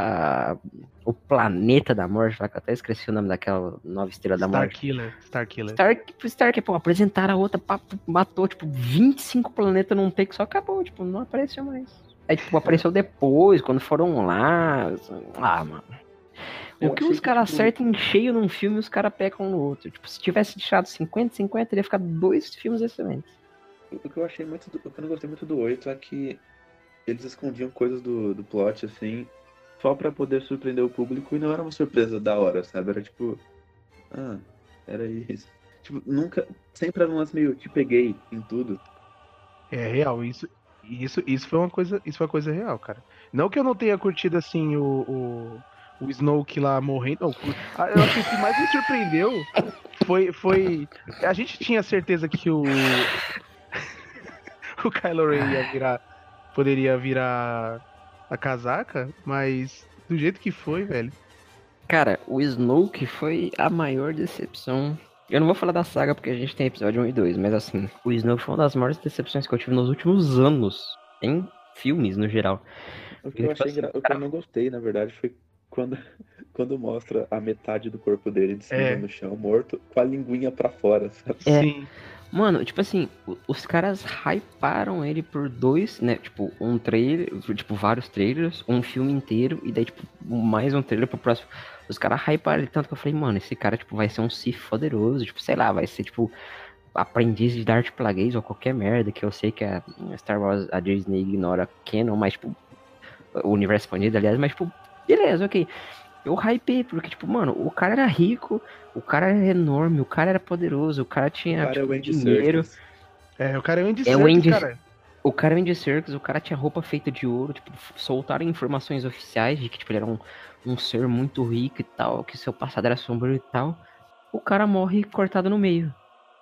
o planeta da morte, lá que eu até esqueci o nome daquela nova estrela da morte. Starkiller, pô, apresentaram a outra, matou, tipo, 25 planetas num take, só acabou, tipo, não apareceu mais. Aí, tipo, apareceu depois, quando foram lá. Mano. O que os caras acertam em cheio num filme, os caras pecam no outro. Tipo, se tivesse deixado 50-50, teria ficado 2 filmes excelentes. O que eu achei muito. O que eu não gostei muito do 8 é que eles escondiam coisas do plot, assim, só pra poder surpreender o público, e não era uma surpresa da hora, sabe? Era tipo. Era isso. Tipo, nunca. Sempre era um lance meio te peguei em tudo. É real, isso foi uma coisa real, cara. Não que eu não tenha curtido, assim, o o Snoke lá morrendo. Não, eu acho que o que mais me surpreendeu foi. A gente tinha certeza que o Kylo Ren poderia virar a casaca, mas do jeito que foi, velho. Cara, o Snoke foi a maior decepção. Eu não vou falar da saga porque a gente tem episódio 1 e 2, mas assim, o Snoke foi uma das maiores decepções que eu tive nos últimos anos, em filmes no geral. O que eu não gostei, na verdade, foi quando mostra a metade do corpo dele de cima no chão, morto, com a linguinha pra fora, sabe? Sim. Mano, tipo assim, os caras hyparam ele por 2, né? Tipo, um trailer, tipo, vários trailers, um filme inteiro, e daí, tipo, mais um trailer pro próximo. Os caras hyparam ele tanto que eu falei, mano, esse cara, tipo, vai ser um Sith poderoso, tipo, sei lá, vai ser, tipo, aprendiz de Darth Plagueis ou qualquer merda, que eu sei que a Star Wars, a Disney ignora canon, mas, tipo, o universo expandido, aliás, mas, tipo, beleza, ok. Eu hypei, porque, tipo, mano, o cara era rico, o cara era enorme, o cara era poderoso, o cara tinha dinheiro. O cara é o Andy Serkis, cara. O cara é o Andy Serkis, o cara tinha roupa feita de ouro, tipo, soltaram informações oficiais de que, tipo, ele era um ser muito rico e tal, que seu passado era sombrio e tal. O cara morre cortado no meio.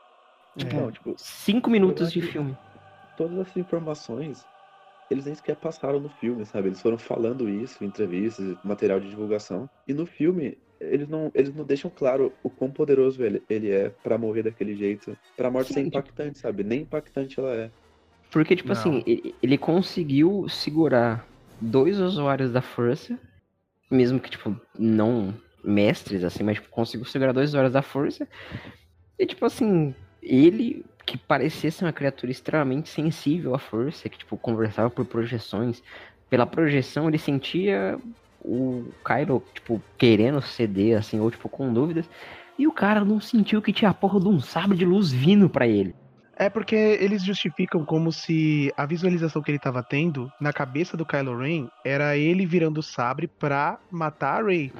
Tipo, 5 minutos de filme. Todas essas informações, eles nem sequer passaram no filme, sabe? Eles foram falando isso em entrevistas, material de divulgação. E no filme, eles não deixam claro o quão poderoso ele é pra morrer daquele jeito. Pra morte ser impactante, sabe? Nem impactante ela é. Porque, tipo assim, ele conseguiu segurar 2 usuários da Força, mesmo que, tipo, não mestres, assim, mas tipo, conseguiu segurar 2 usuários da Força. E, tipo assim, ele, que parecia ser uma criatura extremamente sensível à força, que, tipo, conversava por projeções. Pela projeção, ele sentia o Kylo, tipo, querendo ceder, assim, ou, tipo, com dúvidas. E o cara não sentiu que tinha a porra de um sabre de luz vindo pra ele. É porque eles justificam como se a visualização que ele tava tendo na cabeça do Kylo Ren era ele virando o sabre pra matar a Rey.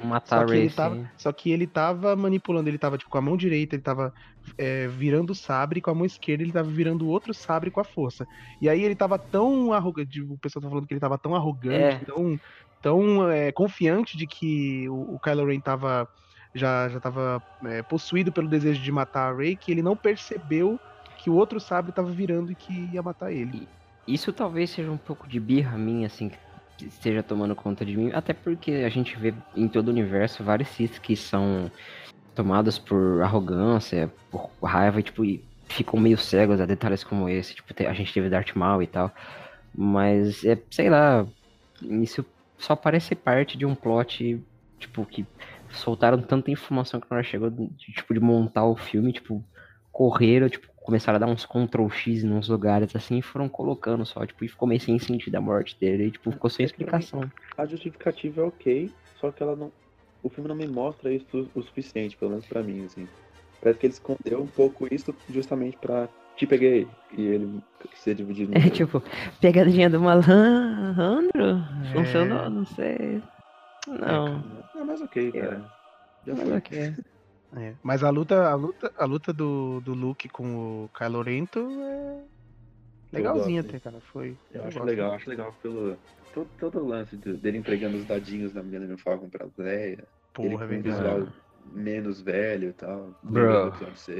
Só que ele tava manipulando, ele tava tipo com a mão direita, ele tava virando o sabre, e com a mão esquerda ele tava virando outro sabre com a força. E aí ele tava tão arrogante, o pessoal tá falando que ele tava tão arrogante, tão confiante de que o Kylo Ren tava, já tava possuído pelo desejo de matar a Rey, que ele não percebeu que o outro sabre tava virando e que ia matar ele. Isso talvez seja um pouco de birra minha, assim, que esteja tomando conta de mim, até porque a gente vê em todo o universo vários Sith que são tomados por arrogância, por raiva, e, tipo, e ficam meio cegos a detalhes como esse, tipo, a gente teve Darth Maul e tal, mas, sei lá, isso só parece parte de um plot, tipo, que soltaram tanta informação que na hora chegou, de montar o filme, tipo, correram, tipo, começaram a dar uns Ctrl-X em uns lugares, assim, e foram colocando só, tipo, e ficou meio sem sentido a morte dele, e, tipo, ficou sem explicação. A justificativa é ok, só que ela não... O filme não me mostra isso o suficiente, pelo menos pra mim, assim. Parece que ele escondeu um pouco isso justamente pra te peguei, e ele ser dividido no tipo, pegadinha do malandro, funcionou, não sei. Não. Mas ok, cara. Já mas foi. ok. Mas a luta do Luke com o Kylo Ren é legalzinha até, cara. Eu acho legal pelo todo o lance dele entregando os dadinhos da Millennium Falcon pra Leia. Porra, ele com um visual menos velho e tal. Bro,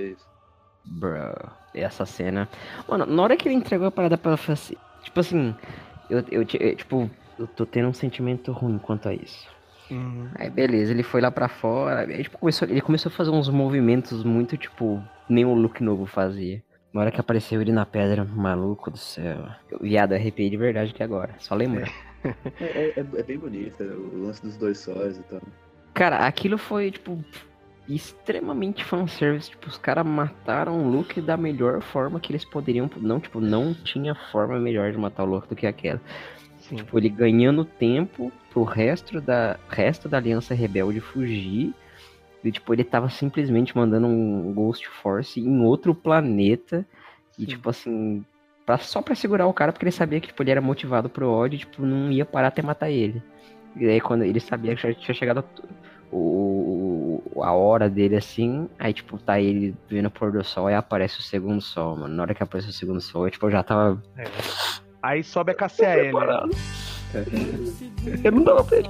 essa cena... Mano, na hora que ele entregou a parada pra ela, assim, tipo assim, eu tô tendo um sentimento ruim quanto a isso. Aí beleza, ele foi lá pra fora, aí, tipo, ele começou a fazer uns movimentos muito, tipo, nem o Luke novo fazia. Na hora que apareceu ele na pedra, maluco do céu. Viado, arrepiei de verdade aqui agora, só lembrar. É bem bonito, o lance dos 2 sóis e tal. Cara, aquilo foi, tipo, extremamente fanservice. Tipo, os caras mataram o Luke da melhor forma que eles poderiam. Não tinha forma melhor de matar o Luke do que aquela. Sim. Tipo, ele ganhando tempo pro resto da Aliança Rebelde fugir. E, tipo, ele tava simplesmente mandando um Ghost Force em outro planeta. E, tipo, assim, só pra segurar o cara, porque ele sabia que, tipo, ele era motivado pro ódio, tipo, não ia parar até matar ele. E aí, quando ele sabia que já tinha chegado a hora dele, assim, aí, tipo, tá ele vendo o pôr do sol e aparece o segundo sol, mano. Na hora que aparece o segundo sol, eu, tipo, eu já tava... Aí sobe a KCL. Eu não dava pra ele.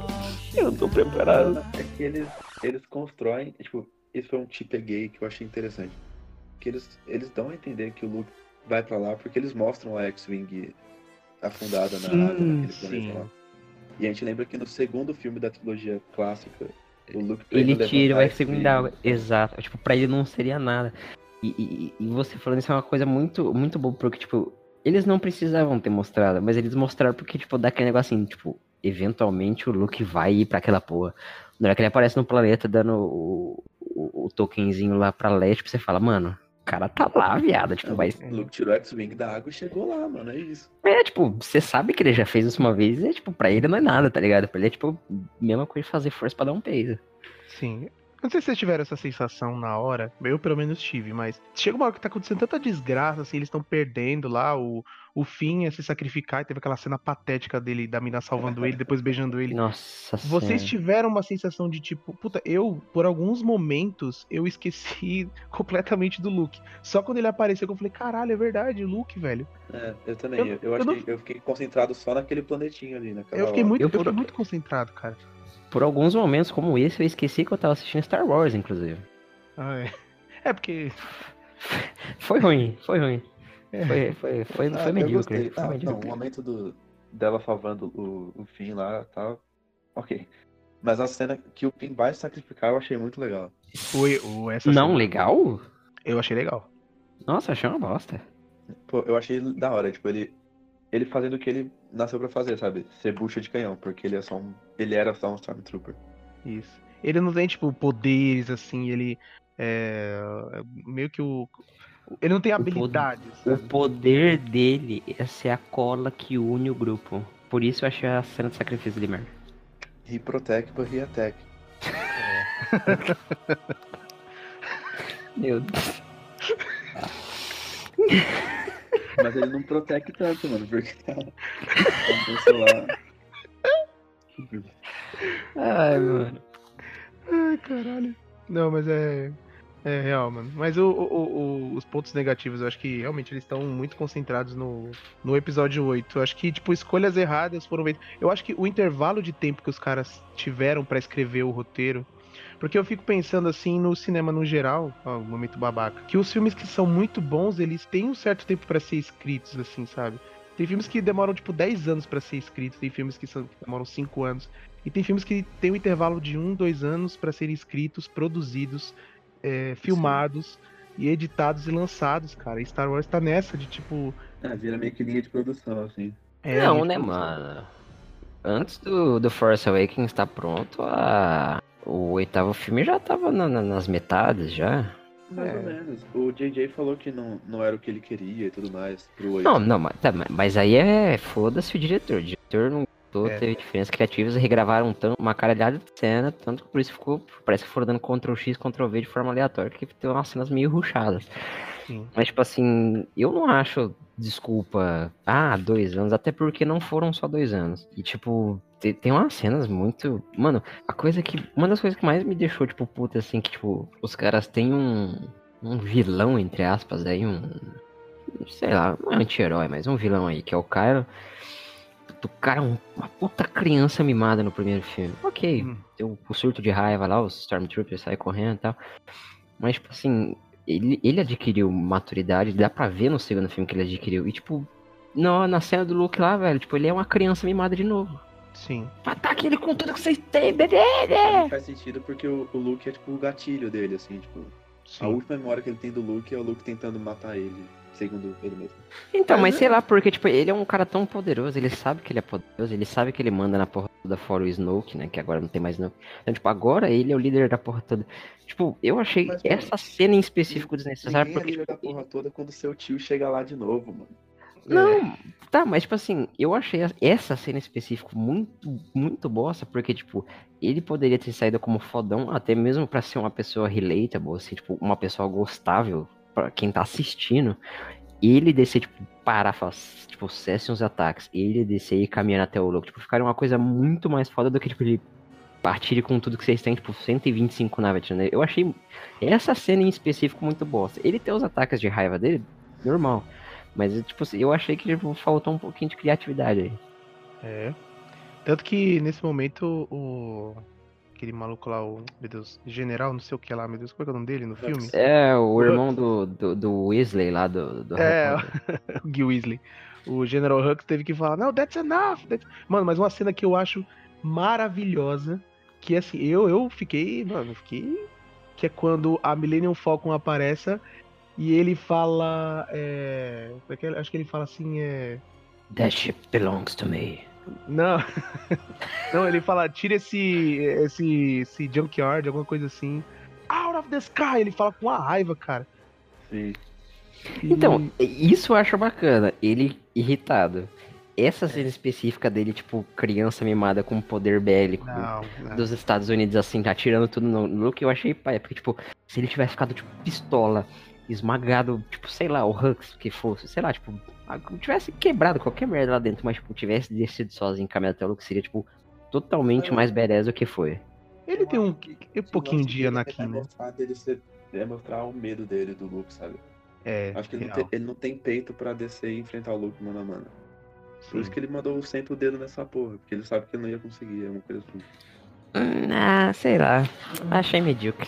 Eu tô preparado. É que eles constroem, tipo, isso foi um tip gay que eu achei interessante. Que eles dão a entender que o Luke vai pra lá porque eles mostram a X-Wing afundada naquele planeta lá. E a gente lembra que no segundo filme da trilogia clássica, o Luke ele tira o X-Wing da água. Exato. Tipo, pra ele não seria nada. E você falando isso é uma coisa muito, muito boa, porque, tipo, eles não precisavam ter mostrado, mas eles mostraram porque, tipo, dá aquele negócio assim, tipo, eventualmente o Luke vai ir pra aquela porra. Na hora que ele aparece no planeta dando o tokenzinho lá pra leste, você fala, mano, o cara tá lá, viado. Tipo, vai... O Luke tirou o X-Wing da água e chegou lá, mano, é isso. É, tipo, você sabe que ele já fez isso uma vez e, tipo, pra ele não é nada, tá ligado? Pra ele é, tipo, mesma coisa de fazer força pra dar um peso. Sim. Não sei se vocês tiveram essa sensação na hora, eu pelo menos tive, mas chega uma hora que tá acontecendo tanta desgraça, assim, eles estão perdendo lá, o Finn ia se sacrificar, e teve aquela cena patética dele, da mina salvando ele, depois beijando ele. Nossa Vocês senhora. tiveram uma sensação de tipo, puta, por alguns momentos, eu esqueci completamente do Luke. Só quando ele apareceu que eu falei, caralho, é verdade, o Luke, velho. É, eu também, eu fiquei concentrado só naquele planetinho ali, naquela Eu fiquei hora. muito concentrado, cara. Por alguns momentos como esse, eu esqueci que eu tava assistindo Star Wars, inclusive. Ah, é. É porque... Foi ruim. É. Foi medíocre. O momento dela salvando o Finn lá e tal, ok. Mas a cena que o Finn vai sacrificar eu achei muito legal. Essa Não, cena... legal? Eu achei legal. Nossa, achei uma bosta. Pô, eu achei da hora, tipo, ele fazendo o que ele nasceu pra fazer, sabe? Ser bucha de canhão, porque ele era só um Stormtrooper. Isso. Ele não tem, tipo, poderes, assim, ele meio que ele não tem habilidades. O poder dele é ser a cola que une o grupo. Por isso eu achei a cena de sacrifício de merda. He protect, but he attack. Meu Deus. Mas ele não protege tanto, mano, porque tá no celular. Ai, mano. Ai, caralho. Não, mas é real, mano. Mas os pontos negativos, eu acho que realmente eles estão muito concentrados no episódio 8. Eu acho que, tipo, escolhas erradas foram feitas. Eu acho que o intervalo de tempo que os caras tiveram pra escrever o roteiro. Porque eu fico pensando assim no cinema no geral, ó, um momento babaca, que os filmes que são muito bons, eles têm um certo tempo pra ser escritos, assim, sabe? Tem filmes que demoram, tipo, 10 anos pra ser escritos, tem filmes que demoram 5 anos, e tem filmes que tem um intervalo de 1, 2 anos pra serem escritos, produzidos, filmados, e editados e lançados, cara. E Star Wars tá nessa de, tipo... vira meio que linha de produção, assim. Não, né, mano? Antes do Force Awakens estar pronto, o 8º filme já tava nas metades, já. Mais ou menos. O JJ falou que não era o que ele queria e tudo mais pro 8. Não, mas aí foda-se o diretor. O diretor não gostou, teve diferenças criativas e regravaram uma caralhada de cena, tanto que por isso parece que foram dando Ctrl-X, Ctrl-V de forma aleatória, porque tem umas cenas meio ruchadas. Sim. Mas, tipo assim, eu não acho desculpa, 2 anos, até porque não foram só 2 anos. E, tipo, tem umas cenas muito... Mano, uma das coisas que mais me deixou, tipo, puta, assim, que, tipo, os caras têm um vilão, entre aspas, aí, sei lá, não é um anti-herói, mas um vilão aí, que é o Kylo. O cara é uma puta criança mimada no primeiro filme. Ok, tem o surto de raiva lá, os Stormtroopers saem correndo e tal. Mas, tipo assim... Ele adquiriu maturidade, dá pra ver no segundo filme que ele adquiriu. E, tipo, na cena do Luke lá, velho, tipo, ele é uma criança mimada de novo. Sim. Ataque ele com tudo que vocês têm, bebê! Faz sentido porque o Luke é, tipo, o gatilho dele, assim, tipo... Sim. A última memória que ele tem do Luke é o Luke tentando matar ele, segundo ele mesmo. Então, mas sei lá, porque, tipo, ele é um cara tão poderoso, ele sabe que ele é poderoso, ele sabe que ele manda na porra toda fora o Snoke, né, que agora não tem mais Snoke. Então, tipo, agora ele é o líder da porra toda. Tipo, eu achei essa cena em específico desnecessária porque... Ninguém é líder da porra toda quando seu tio chega lá de novo, mano. Não, tá, mas tipo assim, eu achei essa cena em específico muito, muito bosta, porque, tipo, ele poderia ter saído como fodão, até mesmo pra ser uma pessoa relatable, assim, tipo, uma pessoa gostável pra quem tá assistindo. Ele descer, tipo, parar, tipo, cesse uns ataques, ele descer e caminhar até o Luke, tipo, ficaria uma coisa muito mais foda do que, tipo, ele partir com tudo que vocês têm, tipo, 125 naves, né? Eu achei essa cena em específico muito bosta. Ele ter os ataques de raiva dele, normal. Mas, tipo, eu achei que tipo, faltou um pouquinho de criatividade aí. Tanto que nesse momento aquele maluco lá, meu Deus, general, não sei o que lá, meu Deus, qual é o nome dele no filme? É, o irmão do Weasley lá do Harry Potter. O Gil Weasley. O General Hux teve que falar, não, that's enough. Mano, mas uma cena que eu acho maravilhosa, que assim, eu fiquei, que é quando a Millennium Falcon aparece e ele fala, acho que ele fala assim, That ship belongs to me. Não, não, ele fala, tira esse junkyard, alguma coisa assim. Out of the sky, ele fala com uma raiva, cara. Sim. Então, isso eu acho bacana, ele irritado. Essa cena específica dele, tipo, criança mimada com poder bélico dos Estados Unidos, assim, tá tirando tudo no Luke, eu achei pai, porque, tipo, se ele tivesse ficado, tipo, pistola, esmagado, tipo, sei lá, o Hux, que fosse, sei lá, tipo, tivesse quebrado qualquer merda lá dentro, mas, tipo, tivesse descido sozinho, caminhado até o Luke, seria, tipo, totalmente mais badass do que foi. Ele tem um pouquinho de Anakin, né? É mostrar o medo dele do Luke, sabe? Acho que ele não tem peito pra descer e enfrentar o Luke mano a mano. Por isso que ele mandou sempre o dedo nessa porra, porque ele sabe que ele não ia conseguir, é uma coisa assim. Sei lá, achei medíocre.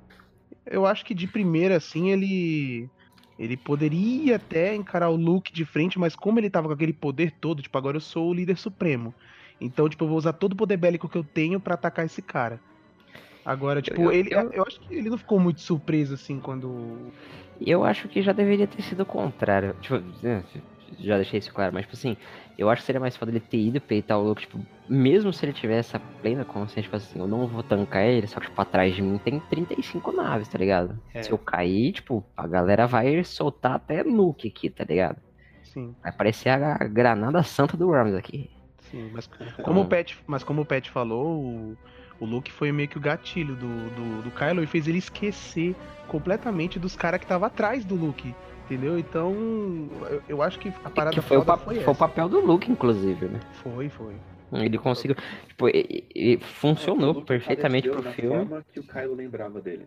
Eu acho que de primeira, assim, ele poderia até encarar o Luke de frente, mas como ele tava com aquele poder todo, tipo, agora eu sou o líder supremo. Então, tipo, eu vou usar todo o poder bélico que eu tenho pra atacar esse cara. Agora, tipo, eu acho que ele não ficou muito surpreso, assim, quando... Eu acho que já deveria ter sido o contrário. Tipo, já deixei isso claro, mas, tipo assim, eu acho que seria mais foda ele ter ido peitar o Luke, tipo, mesmo se ele tivesse a plena consciência, tipo assim, eu não vou tancar ele, só que, tipo, atrás de mim tem 35 naves, tá ligado? Se eu cair, tipo, a galera vai soltar até nuke aqui, tá ligado? Sim. Vai parecer a granada santa do Worms aqui. Sim, mas como o Pet falou, o Luke foi meio que o gatilho do Kylo e fez ele esquecer completamente dos caras que estavam atrás do Luke. Entendeu? Então, eu acho que a parada foi o papel do Luke, inclusive, né? Foi. Ele conseguiu. Tipo, funcionou perfeitamente pro filme. Da forma que o Kylo lembrava dele.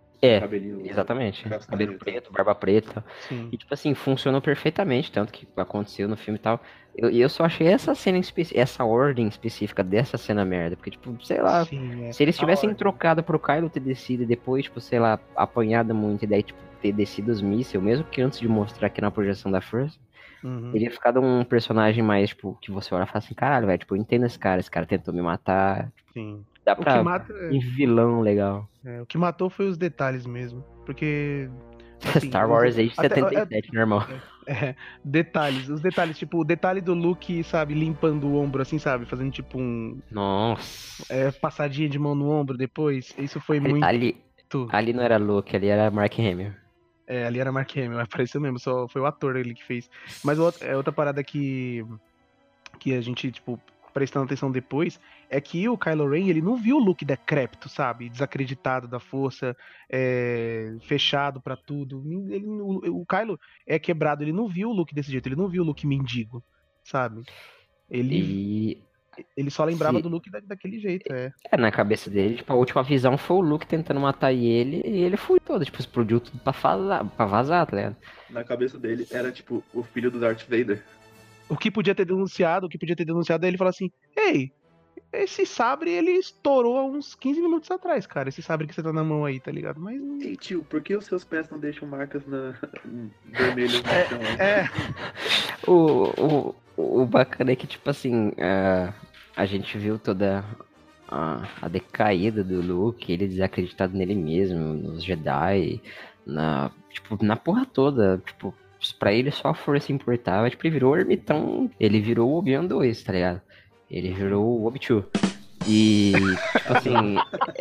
Exatamente. Cabelo preto, barba preta. Sim. E, tipo assim, funcionou perfeitamente, tanto que aconteceu no filme e tal. E eu só achei essa cena essa ordem específica dessa cena merda. Porque, tipo, sei lá, se eles tivessem trocado pro Kylo ter descido e depois, tipo, sei lá, apanhado muito, e daí, tipo, ter descido os mísseis, mesmo que antes de mostrar aqui na projeção da Force, teria ficado um personagem mais, tipo, que você olha e fala assim, caralho, velho, tipo, eu entendo esse cara tentou me matar. Sim. Dá pra um vilão legal. O que matou foi os detalhes mesmo. Porque. Assim, Star Wars Age 77, normal. Detalhes. Os detalhes, tipo, o detalhe do Luke, sabe, limpando o ombro, assim, sabe? Fazendo tipo um. Nossa. Passadinha de mão no ombro depois. Isso foi muito. Ali não era Luke, ali era Mark Hamill. Ali era Mark Hamill, apareceu mesmo, só foi o ator ele que fez. Mas outra parada que a gente, tipo, prestando atenção depois, é que o Kylo Ren, ele não viu o Luke decrépito, sabe? Desacreditado da força, fechado pra tudo. O Kylo é quebrado, ele não viu o Luke desse jeito, ele não viu o Luke mendigo, sabe? Ele só lembrava do Luke daquele jeito, na cabeça dele, tipo, a última visão foi o Luke tentando matar ele, e ele foi todo, tipo, explodiu tudo pra vazar, tá ligado? Na cabeça dele era, tipo, o filho do Darth Vader. O que podia ter denunciado, aí ele fala assim, ei, esse sabre, ele estourou há uns 15 minutos atrás, cara, esse sabre que você tá na mão aí, tá ligado? Mas... Ei, tio, por que os seus pés não deixam marcas vermelhas no chão? O bacana é que, tipo assim, a gente viu toda a decaída do Luke, ele desacreditado nele mesmo, nos Jedi, na porra toda, tipo, pra ele só a força importava, tipo, ele virou o ermitão, ele virou o Obi-Wan 2, tá ligado? Ele virou o Obi-Wan. E, tipo assim,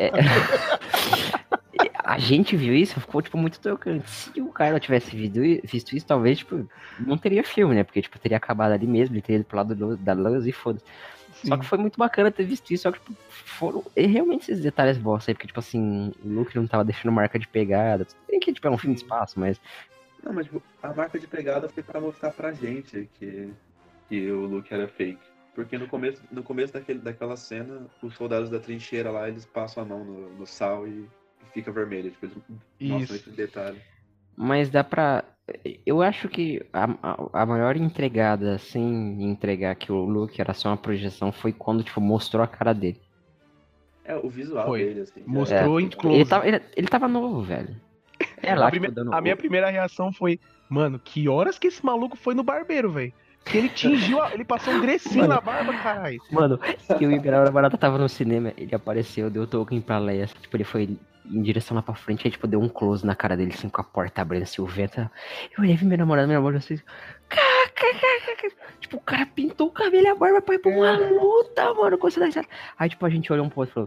a gente viu isso, ficou, tipo, muito tocante. Se o Kylo tivesse visto isso, talvez, tipo, não teria filme, né? Porque, tipo, teria acabado ali mesmo, ele teria ido pro lado da luz e foda-se. Só que foi muito bacana ter visto isso, só que, tipo, foram realmente esses detalhes bosta aí, porque, tipo assim, o Luke não tava deixando marca de pegada, tudo bem que, tipo, é um filme de espaço, mas... Não, mas tipo, a marca de pegada foi pra mostrar pra gente que o Luke era fake. Porque no começo daquela cena, os soldados da trincheira lá, eles passam a mão no sal e fica vermelho. Tipo, eles mostram esse detalhe. Mas dá pra Eu acho que a maior entregada, sem entregar que o Luke era só uma projeção, foi quando, tipo, mostrou a cara dele. O visual dele, assim. Mostrou em close. Ele tava novo, velho. Lá, a minha primeira reação foi, mano, que horas que esse maluco foi no barbeiro, velho? Que ele ele passou um grecinho na barba, caralho. Mano, que o Igor Barata tava no cinema, ele apareceu, deu token pra Leia, tipo, ele foi em direção lá pra frente, aí, tipo, deu um close na cara dele, assim, com a porta abrindo, assim, o vento. Eu olhei, vi meu namorado, assim, tipo, o cara pintou o cabelo e a barba pra ir pra uma luta, mano, aí, tipo, a gente olhou um pouco e falou,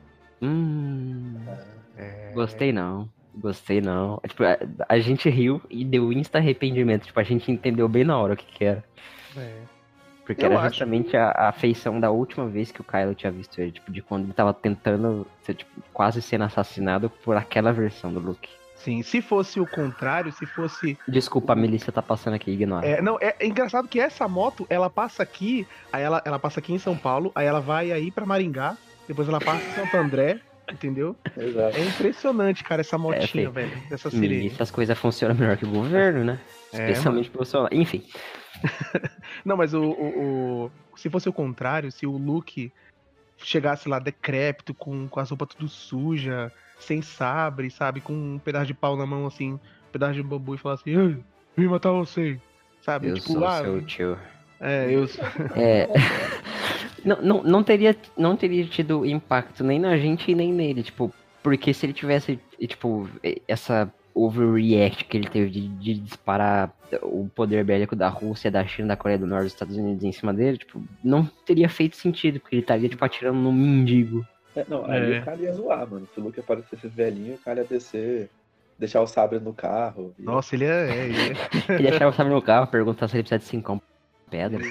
gostei não. Tipo, a gente riu e deu insta arrependimento. Tipo, a gente entendeu bem na hora o que era. Porque era justamente a feição da última vez que o Kylo tinha visto ele. Tipo, de quando ele tava tentando ser, tipo, quase sendo assassinado por aquela versão do Luke. Sim, se fosse o contrário, se fosse... Desculpa, a Melissa tá passando aqui, ignora. É engraçado que essa moto, ela passa aqui, aí ela passa aqui em São Paulo, aí ela vai aí pra Maringá, depois ela passa em Santo André, entendeu? Exato. É impressionante, cara, essa motinha, velho, dessa sirene. Essas coisas funcionam melhor que o governo, né? Especialmente pro Bolsonaro. Enfim. Não, mas se fosse o contrário, se o Luke chegasse lá decrépito, com as roupas tudo suja, sem sabre, sabe? Com um pedaço de pau na mão, assim, um pedaço de bambu e falasse, ei, vim matar você, sabe? Eu tipo, sou seu tio. Eu não teria tido impacto nem na gente e nem nele, tipo, porque se ele tivesse, tipo, essa overreact que ele teve de disparar o poder bélico da Rússia, da China, da Coreia do Norte, dos Estados Unidos em cima dele, tipo, não teria feito sentido, porque ele estaria, tipo, atirando no mendigo. Aí o cara ia zoar, mano. Se o Luke aparecesse velhinho, o cara ia descer, deixar o sabre no carro. Nossa, ele Ele ia deixar o sabre no carro, perguntar se ele precisa de 5 pedra.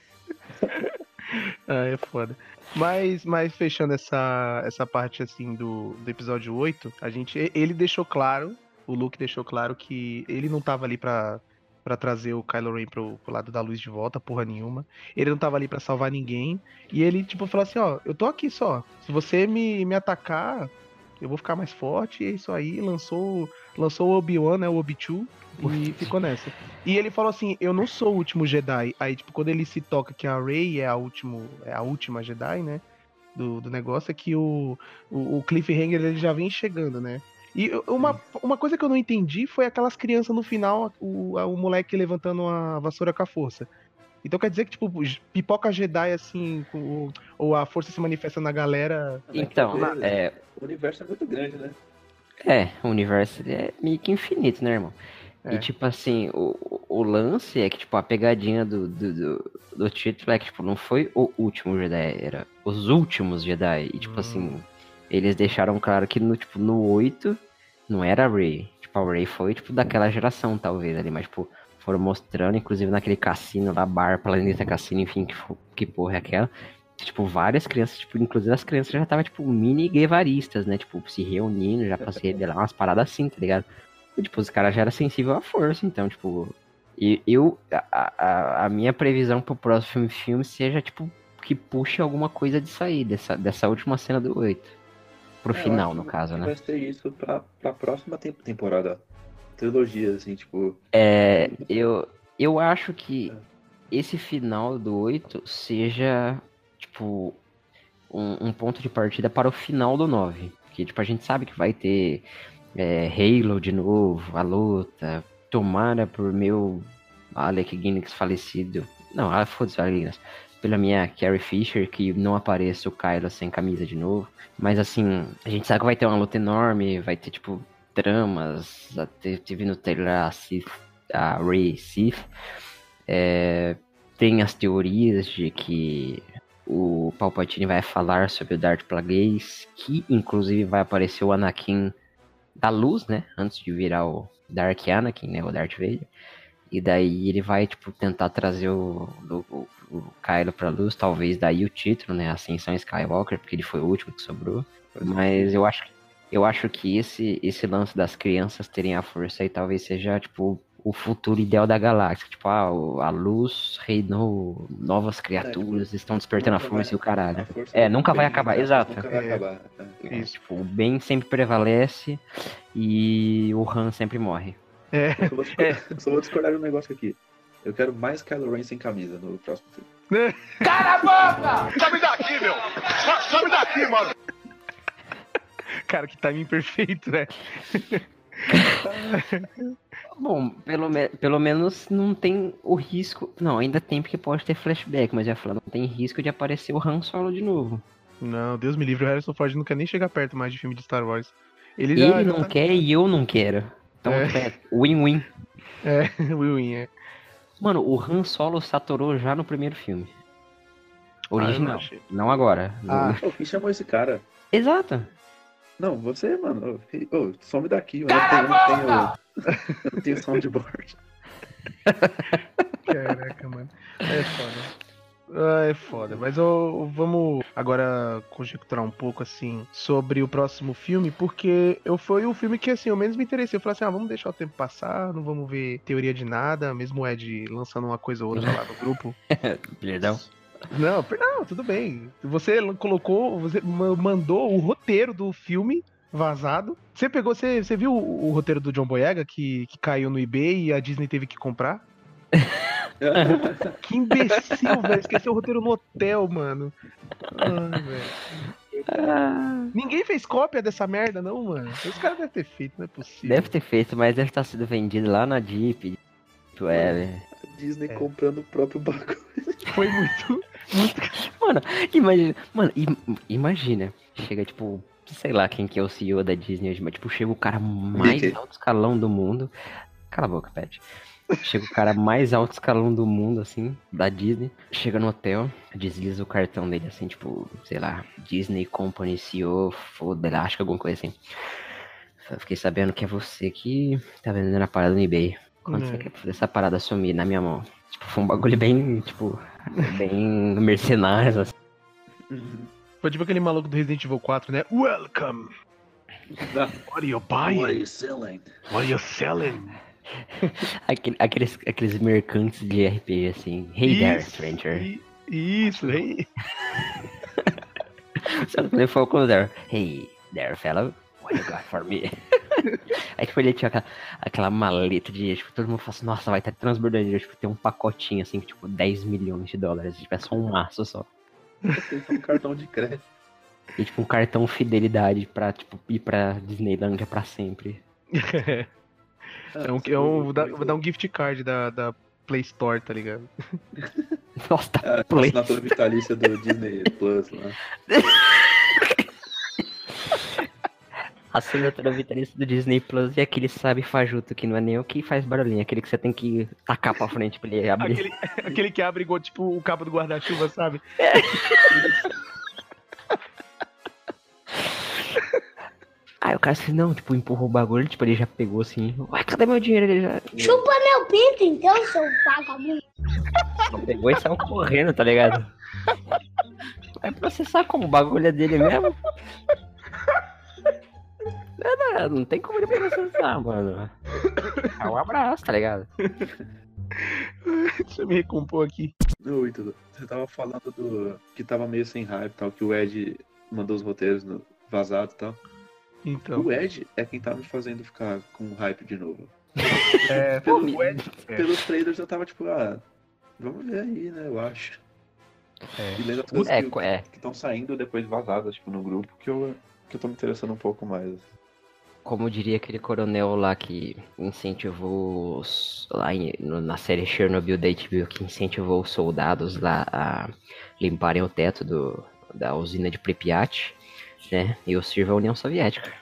É foda. Mas fechando essa parte, assim, do episódio 8, ele deixou claro, o Luke deixou claro que ele não tava ali pra trazer o Kylo Ren pro lado da luz de volta, porra nenhuma. Ele não tava ali pra salvar ninguém. E ele, tipo, falou assim, ó, eu tô aqui só. Se você me atacar, eu vou ficar mais forte. E é isso aí, lançou o Obi-Wan, né, o Obi-Chu, e ficou nessa. E ele falou assim, eu não sou o último Jedi. Aí, tipo, quando ele se toca que a Rey é a última Jedi, né, do negócio, é que o Cliffhanger ele já vem chegando, né. E uma coisa que eu não entendi foi aquelas crianças no final, o moleque levantando a vassoura com a força. Então quer dizer que, tipo, pipoca Jedi, assim, ou a força se manifesta na galera... Então, o universo é muito grande, né? O universo é meio que infinito, né, irmão? E, tipo assim, o lance é que, tipo, a pegadinha do título é que, tipo, não foi o último Jedi, era os últimos Jedi. E, tipo assim... Eles deixaram claro que no 8 não era a Rey. Tipo, a Rey foi, tipo, daquela geração, talvez, ali. Mas, tipo, foram mostrando, inclusive naquele cassino lá, bar, Planeta Cassino, enfim, que porra é aquela. Tipo, várias crianças, tipo, inclusive as crianças já estavam, tipo, mini guevaristas, né? Tipo, se reunindo já pra se rebelar, umas paradas assim, tá ligado? E, tipo, os caras já eram sensíveis à força, então, tipo... A minha previsão pro próximo filme seja, tipo, que puxe alguma coisa disso aí, dessa última cena do 8. Pro final, no caso, né? Vai ser isso pra próxima temporada. Trilogia, assim, tipo... Eu acho que esse final do 8 seja, tipo, um ponto de partida para o final do 9. Porque, tipo, a gente sabe que vai ter Halo de novo, a luta. Tomara por meu Alec Guinness falecido. Não, foda-se o Alec Guinness. Pela minha Carrie Fisher, que não apareça o Kylo sem camisa de novo. Mas assim, a gente sabe que vai ter uma luta enorme, vai ter, tipo, tramas. Teve no trailer a Rey Sith. Tem as teorias de que o Palpatine vai falar sobre o Darth Plagueis, que inclusive vai aparecer o Anakin da luz, né? Antes de virar o Dark Anakin, né? O Darth Vader. E daí ele vai, tipo, tentar trazer o Kylo pra luz, talvez daí o título, né? Ascensão Skywalker, porque ele foi o último que sobrou. Mas eu acho que esse lance das crianças terem a força aí talvez seja, tipo, o futuro ideal da galáxia. Tipo, a luz reinou, novas criaturas estão despertando a força e o caralho. Nunca vai acabar, exato. Nunca vai acabar. Isso, tipo, o bem sempre prevalece e o Han sempre morre. Eu só vou discordar de um negócio aqui. Eu quero mais Kylo Ren sem camisa no próximo filme. Cala a boca! Sobe daqui, meu! Sobe daqui, mano! Cara, que timing perfeito, né? Bom, pelo menos não tem o risco. Não, ainda tem porque pode ter flashback, mas já falando, não tem risco de aparecer o Han Solo de novo. Não, Deus me livre, o Harrison Ford não quer nem chegar perto mais de filme de Star Wars. Ele não quer e eu não quero. Então, win-win. Win-win, é. Mano, o Han Solo saturou já no primeiro filme. Original. Não agora. Quem chamou esse cara? Exato. Não, você, mano. Some daqui. Eu não tenho soundboard. Caraca, mano. É foda. É foda, mas vamos agora conjecturar um pouco, assim, sobre o próximo filme, porque foi o filme que, assim, eu menos me interessei. Eu falei assim, vamos deixar o tempo passar, não vamos ver teoria de nada, mesmo o Ed lançando uma coisa ou outra lá no grupo. Perdão. Não, tudo bem. Você mandou o roteiro do filme vazado. Você viu o roteiro do John Boyega que caiu no eBay e a Disney teve que comprar? Que imbecil, velho. Esqueceu o roteiro no hotel, mano. Ai, velho. Ninguém fez cópia dessa merda, não, mano. Os caras devem ter feito, não é possível. Deve ter feito, mas deve estar sendo vendido lá na Deep. A Disney comprando o próprio bagulho. Foi muito. Mano, imagina. Chega, tipo, sei lá quem que é o CEO da Disney hoje, mas tipo, chega o cara mais alto escalão do mundo. Cala a boca, Pet. Chega o cara mais alto escalão do mundo, assim, da Disney. Chega no hotel, desliza o cartão dele, assim, tipo, sei lá, Disney Company CEO, foda, acho que alguma coisa assim. Eu fiquei sabendo que é você que tá vendendo a parada no eBay. Quando você quer fazer essa parada sumir na minha mão? Tipo, foi um bagulho bem, tipo, bem mercenário, assim. Foi tipo aquele maluco do Resident Evil 4, né? Welcome! What are you buying? What are you selling? What are you selling? Aqueles mercantes de RPG, assim. Hey there, stranger. Isso, hey. Sabe quando ele falou com o there? Hey there, fellow. What you got for me? Aí tipo, ele tinha aquela maleta de, tipo, todo mundo fala assim, nossa, vai estar transbordando, tipo, tem um pacotinho, assim, tipo, 10 milhões de dólares, tipo, é só um maço só. Tem um cartão de crédito. E tipo, um cartão fidelidade pra, tipo, ir pra Disneylândia pra sempre. Vou dar um gift card da Play Store, tá ligado? Nossa, tá Play. A assinatura vitalícia do Disney Plus lá. A assinatura vitalícia do Disney Plus é aquele sabe fajuto que não é nem o que faz barulhinho, aquele que você tem que tacar pra frente pra ele abrir. Aquele que abre igual tipo o cabo do guarda-chuva, sabe? Aí o cara assim, não, tipo, empurrou o bagulho, tipo, ele já pegou assim, ué, cadê meu dinheiro? Ele já... Chupa meu pinto então, seu vagabundo. Pegou e saiu correndo, tá ligado? Vai processar como o bagulho é dele mesmo? Não tem como ele processar, mano. É um abraço, tá ligado? Deixa eu me recompor aqui. Não, Ítalo, você tava falando do que tava meio sem hype e tal, que o Ed mandou os roteiros vazado e tal. Então. O Ed é quem tá me fazendo ficar com hype de novo. Pelos trailers eu tava tipo, vamos ver aí, né, eu acho. E lendo as coisas que estão saindo depois vazadas, tipo, no grupo, que eu tô me interessando um pouco mais. Como diria aquele coronel lá que incentivou na série Chernobyl da HBO, que incentivou os soldados lá a limparem o teto da usina de Pripyat, né? E eu sirvo a União Soviética.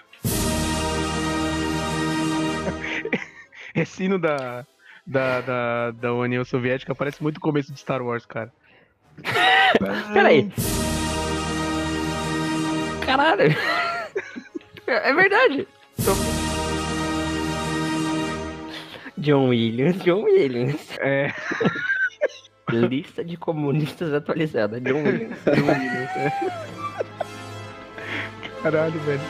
Esse hino da União Soviética parece muito o começo de Star Wars, cara. Peraí. Caralho. É verdade. John Williams. É. Lista de comunistas atualizada. John Williams. Caralho, velho.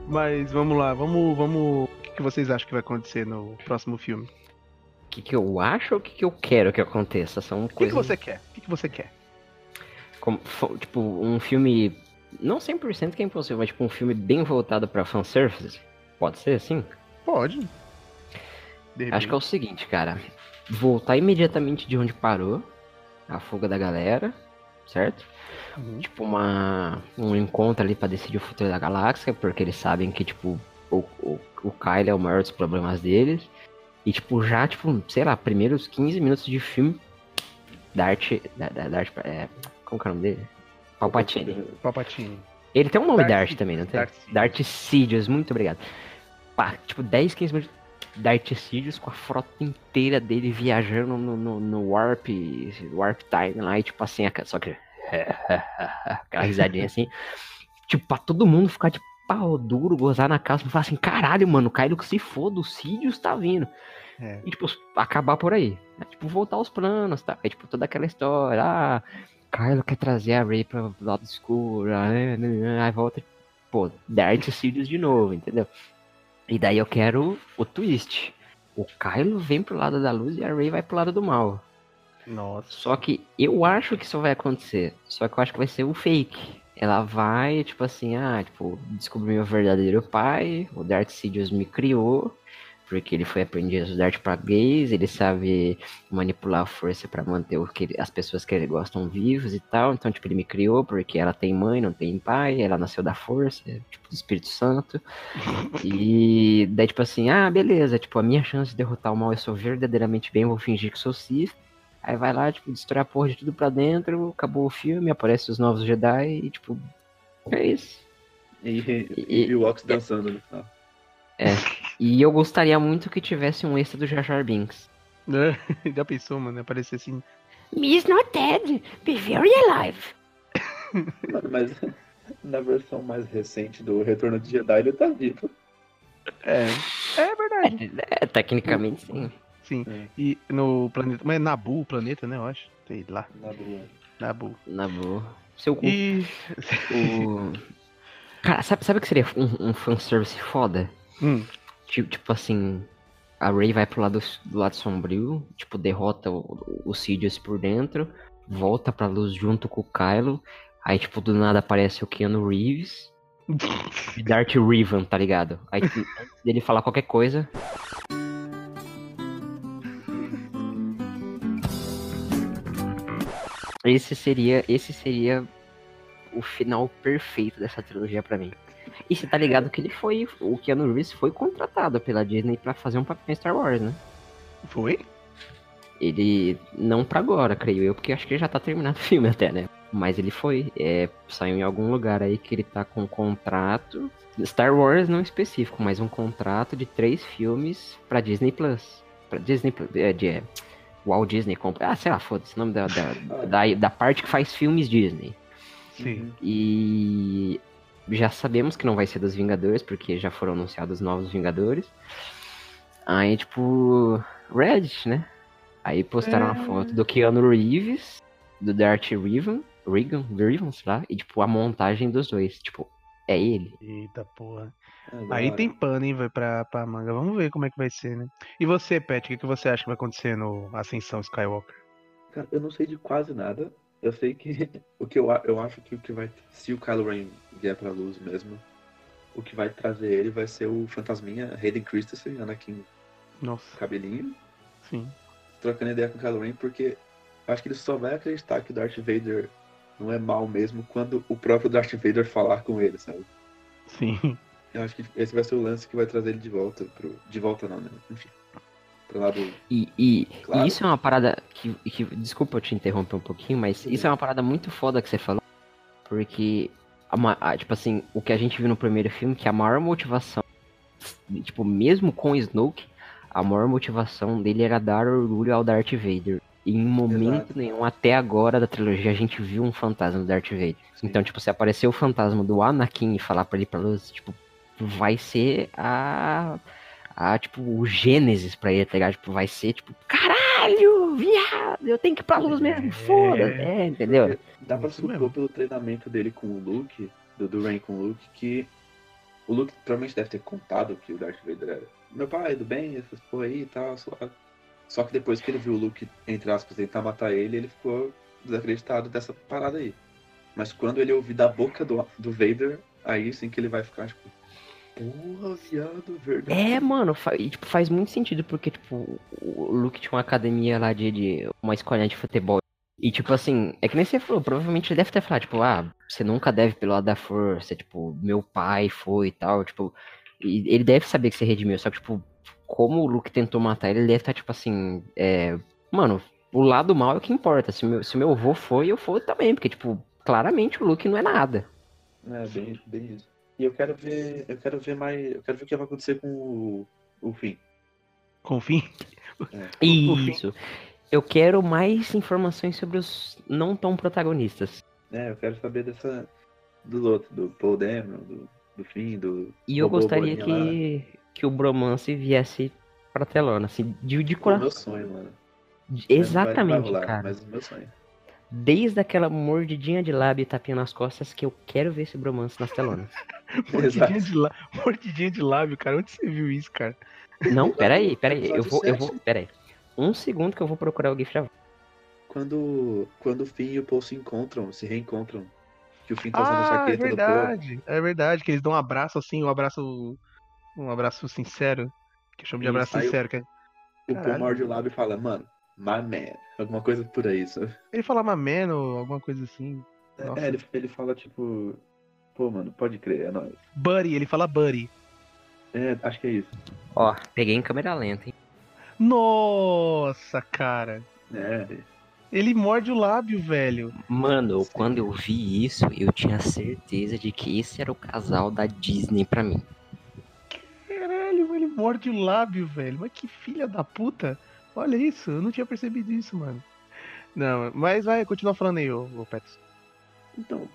Mas vamos lá, vamos. O que vocês acham que vai acontecer no próximo filme? O que eu acho ou o que eu quero que aconteça? São O que coisas... você quer? O que você quer? Tipo, um filme... Não 100% que é impossível, mas tipo um filme bem voltado pra fanservice. Pode ser assim? Pode. Acho que é o seguinte, cara. Voltar imediatamente de onde parou. A fuga da galera. Certo? Tipo, um encontro ali pra decidir o futuro da galáxia. Porque eles sabem que, tipo, o Kyle é o maior dos problemas deles. E, tipo, já, tipo, sei lá, primeiros 15 minutos de filme. Como que é o nome dele? Palpatine. Ele tem um nome Darth Darth também, não tem? Darth Darth Sidious, muito obrigado. Pá, tipo, 10, 15 minutos. Darth Sidious com a frota inteira dele viajando no Warp Time lá, e tipo assim, só que aquela risadinha assim, tipo, pra todo mundo ficar de pau duro, gozar na casa, e falar assim, caralho, mano, o Kylo que se foda, o Sidious tá vindo. E tipo, acabar por aí, né? Tipo, voltar aos planos, tá? Aí tipo, toda aquela história, Kylo quer trazer a Rey pro lado escuro, aí volta, pô, Darth Sidious de novo, entendeu? E daí eu quero o twist. O Kylo vem pro lado da luz e a Rey vai pro lado do mal. Nossa. Só que eu acho que isso vai acontecer. Só que eu acho que vai ser um fake. Ela vai, tipo assim, descobri meu verdadeiro pai. O Darth Sidious me criou. Porque ele foi aprendiz do Darth Plagueis, ele sabe manipular a força pra manter as pessoas que ele gostam vivos e tal. Então, tipo, ele me criou porque ela tem mãe, não tem pai, ela nasceu da força, tipo, do Espírito Santo. E daí, tipo assim, beleza, tipo, a minha chance de derrotar o mal, eu sou verdadeiramente bem, vou fingir que sou Sith. Aí vai lá, tipo, destrói a porra de tudo pra dentro, acabou o filme, aparece os novos Jedi e, tipo, é isso. E o Ox dançando no final. E eu gostaria muito que tivesse um extra do Jar Jar Binks. Já pensou, mano? Aparecer assim. Miss not dead, be very alive. Mas na versão mais recente do Retorno de Jedi ele tá vivo. É verdade. Tecnicamente sim. Sim. E no planeta. Mas é Nabu o planeta, né? Eu acho. Sei lá. Nabu. Seu cu. Cara, sabe o que seria um fanservice foda? Tipo assim, a Rey vai pro do lado sombrio, tipo, derrota o Sidious por dentro, volta pra luz junto com o Kylo, aí tipo, do nada aparece o Keanu Reeves, Darth Revan, tá ligado? Aí antes dele falar qualquer coisa... Esse seria o final perfeito dessa trilogia pra mim. E você tá ligado que o Keanu Reeves foi contratado pela Disney pra fazer um papel em Star Wars, né? Foi? Ele, não pra agora, creio eu, porque acho que já tá terminado o filme até, né? Mas ele foi, saiu em algum lugar aí que ele tá com um contrato, Star Wars não específico, mas um contrato de 3 filmes pra Disney Plus. Pra Disney Plus, Walt Disney compra, sei lá, foda-se, o nome da parte que faz filmes Disney. Sim. E... já sabemos que não vai ser dos Vingadores, porque já foram anunciados novos Vingadores. Aí, tipo, Reddit, né? Aí postaram uma foto do Keanu Reeves, do Darth Revan, sei lá, e, tipo, a montagem dos dois. Tipo, é ele. Eita porra. Aí tem pano, hein, velho, pra manga. Vamos ver como é que vai ser, né? E você, Pet, o que você acha que vai acontecer no Ascensão Skywalker? Cara, eu não sei de quase nada. Eu sei que eu acho que o que vai, se o Kylo Ren vier pra luz mesmo, o que vai trazer ele vai ser o fantasminha Hayden Christensen, Anakin, cabelinho. Sim. Trocando ideia com o Kylo Ren, porque eu acho que ele só vai acreditar que o Darth Vader não é mal mesmo quando o próprio Darth Vader falar com ele, sabe? Sim. Eu acho que esse vai ser o lance que vai trazer ele de volta de volta não, né? Enfim. Pro lado... Claro. E isso é uma parada que... Desculpa eu te interromper um pouquinho, mas isso é uma parada muito foda que você falou. Porque, tipo assim, o que a gente viu no primeiro filme, que a maior motivação, tipo, mesmo com o Snoke, a maior motivação dele era dar orgulho ao Darth Vader. E em momento nenhum, até agora da trilogia, a gente viu um fantasma do Darth Vader. Sim. Então, tipo, se aparecer o fantasma do Anakin e falar pra ele pra luz, tipo, vai ser tipo, o Gênesis pra ele, tá ligado? Tipo, vai ser, tipo, caralho, viado, eu tenho que ir pra luz mesmo, foda-se, entendeu? Dá pra supor pelo treinamento dele com o Luke, do Ren com o Luke, que o Luke provavelmente deve ter contado que o Darth Vader era meu pai, do bem, essas porra aí e tal, só que depois que ele viu o Luke, entre aspas, tentar matar ele ficou desacreditado dessa parada aí. Mas quando ele ouvir da boca do Vader, aí sim que ele vai ficar, tipo, porra, viado, verdade. Mano, faz muito sentido, porque, tipo, o Luke tinha uma academia lá de uma escolinha de futebol. E, tipo assim, é que nem você falou, provavelmente ele deve ter falado, tipo, você nunca deve pelo lado da força, tipo, meu pai foi e tal, tipo, e ele deve saber que você redimiu, só que, tipo, como o Luke tentou matar ele, ele deve estar, tipo assim, mano, o lado mal é o que importa, se meu avô foi, eu for também, porque, tipo, claramente o Luke não é nada. Bem isso. E eu quero ver o que vai acontecer com o Finn. Com o Finn? Isso. Eu quero mais informações sobre os não tão protagonistas. Eu quero saber dos outros, do Paul Dameron, do Finn, do... E eu gostaria que o bromance viesse pra telona, assim, de coração. Meu sonho, mano. Exatamente, vai rolar, cara. Mas o meu sonho. Desde aquela mordidinha de lábio e tapinha nas costas que eu quero ver esse bromance nas telonas. Mordidinha de lábio, cara. Onde você viu isso, cara? Não, peraí. Peraí. Um segundo que eu vou procurar o GIF já. Quando o Finn e o Paul se reencontram, que o Finn tá usando a jaqueta do Paul. É verdade, que eles dão um abraço assim, um abraço sincero, que eu chamo de abraço sincero. O Paul morde o lábio e fala, mano, my man, alguma coisa por aí, sabe? Ele fala my man ou alguma coisa assim. Ele fala tipo, pô, mano, pode crer, é nóis. Buddy, ele fala buddy. Acho que é isso. Ó, peguei em câmera lenta, hein? Nossa, cara. Ele morde o lábio, velho. Mano, quando eu vi isso, eu tinha certeza de que esse era o casal da Disney pra mim. Caralho, ele morde o lábio, velho. Mas que filha da puta. Olha isso, eu não tinha percebido isso, mano. Não, mas vai, continua falando aí, ô Petros. Então,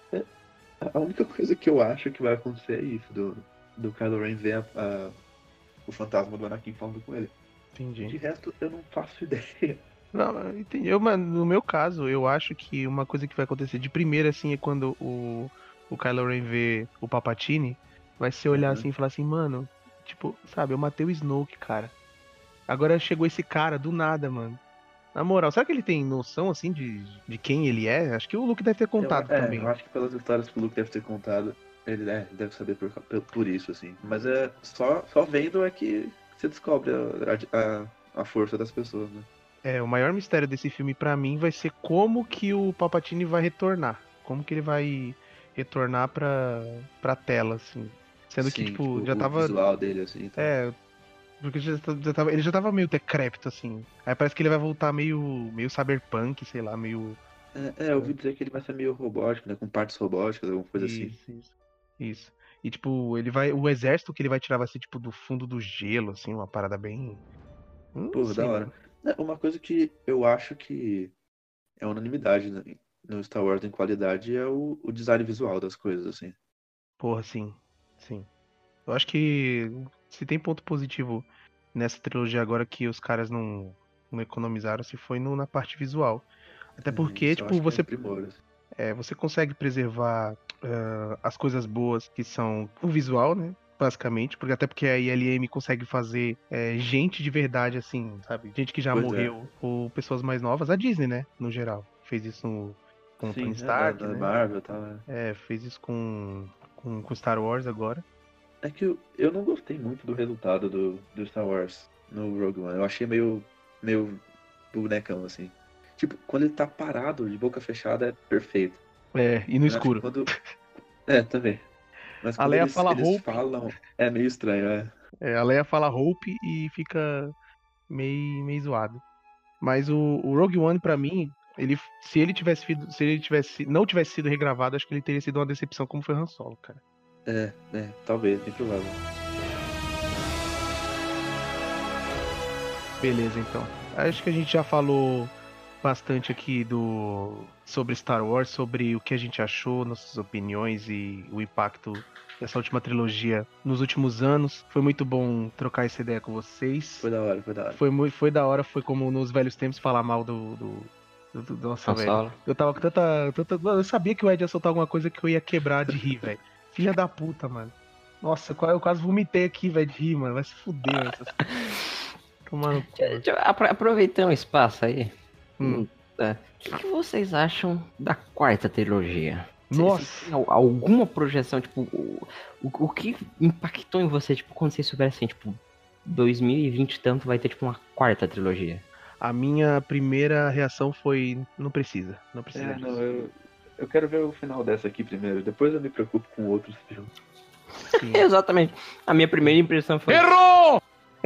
a única coisa que eu acho que vai acontecer é isso, do Kylo Ren ver o fantasma do Anakin falando com ele. Entendi. De resto, eu não faço ideia. Não, entendi. No meu caso, eu acho que uma coisa que vai acontecer de primeira, assim, é quando o Kylo Ren vê o Palpatine, vai ser olhar assim e falar assim, mano, tipo, sabe, eu matei o Snoke, cara. Agora chegou esse cara do nada, mano. Na moral, será que ele tem noção, assim, de quem ele é? Acho que o Luke deve ter contado também. Eu acho que pelas histórias que o Luke deve ter contado, ele deve saber por isso, assim. Mas só vendo é que você descobre a força das pessoas, né? O maior mistério desse filme pra mim vai ser como que o Palpatine vai retornar. Como que ele vai retornar pra tela, assim. Sendo que, tipo, já tava... o visual dele, assim. Então. Porque ele já tava meio decrépito, assim. Aí parece que ele vai voltar meio cyberpunk, sei lá, meio... eu ouvi dizer que ele vai ser meio robótico, né? Com partes robóticas, alguma coisa assim. Isso. E, tipo, o exército que ele vai tirar vai ser, tipo, do fundo do gelo, assim, uma parada bem... Pô, da hora. Uma coisa que eu acho que é unanimidade, né, no Star Wars em qualidade é o design visual das coisas, assim. Porra, sim. Eu acho que se tem ponto positivo nessa trilogia agora que os caras não economizaram, se foi na parte visual. Até porque, tipo, você consegue preservar as coisas boas que são o visual, né? Basicamente, porque a ILM consegue fazer gente de verdade, assim, sabe? Gente que já morreu, ou pessoas mais novas. A Disney, né? No geral. Fez isso com o Tony Stark, né? Marvel, tá, né? Fez isso com Star Wars agora. É que eu não gostei muito do resultado do Star Wars no Rogue One. Eu achei meio bonecão, assim. Tipo, quando ele tá parado, de boca fechada, é perfeito. E no escuro. Também. Mas a Leia fala eles Hope. falam, é meio estranho, a Leia fala Hope e fica meio zoado. Mas o Rogue One, pra mim, se ele não tivesse sido regravado, acho que ele teria sido uma decepção como foi Han Solo, cara. Talvez, bem provável. Beleza, então. Acho que a gente já falou bastante aqui sobre Star Wars, sobre o que a gente achou, nossas opiniões e o impacto dessa última trilogia nos últimos anos. Foi muito bom trocar essa ideia com vocês. Foi da hora. Foi da hora, foi como nos velhos tempos falar mal nossa, velho. Eu tava com tanta... Eu sabia que o Ed ia soltar alguma coisa que eu ia quebrar de rir, velho. Filha da puta, mano. Nossa, eu quase vomitei aqui, velho, de rir, mano. Vai se fuder, essas... Tomando. Aproveitando o espaço aí. O que vocês acham da quarta trilogia? Nossa! Vocês têm alguma projeção, tipo, o que impactou em você, tipo, quando vocês souberam assim, tipo, 2020 tanto vai ter, tipo, uma quarta trilogia? A minha primeira reação foi, não precisa disso. Não, eu quero ver o final dessa aqui primeiro, depois eu me preocupo com outros filmes. Exatamente. A minha primeira impressão foi... Errou!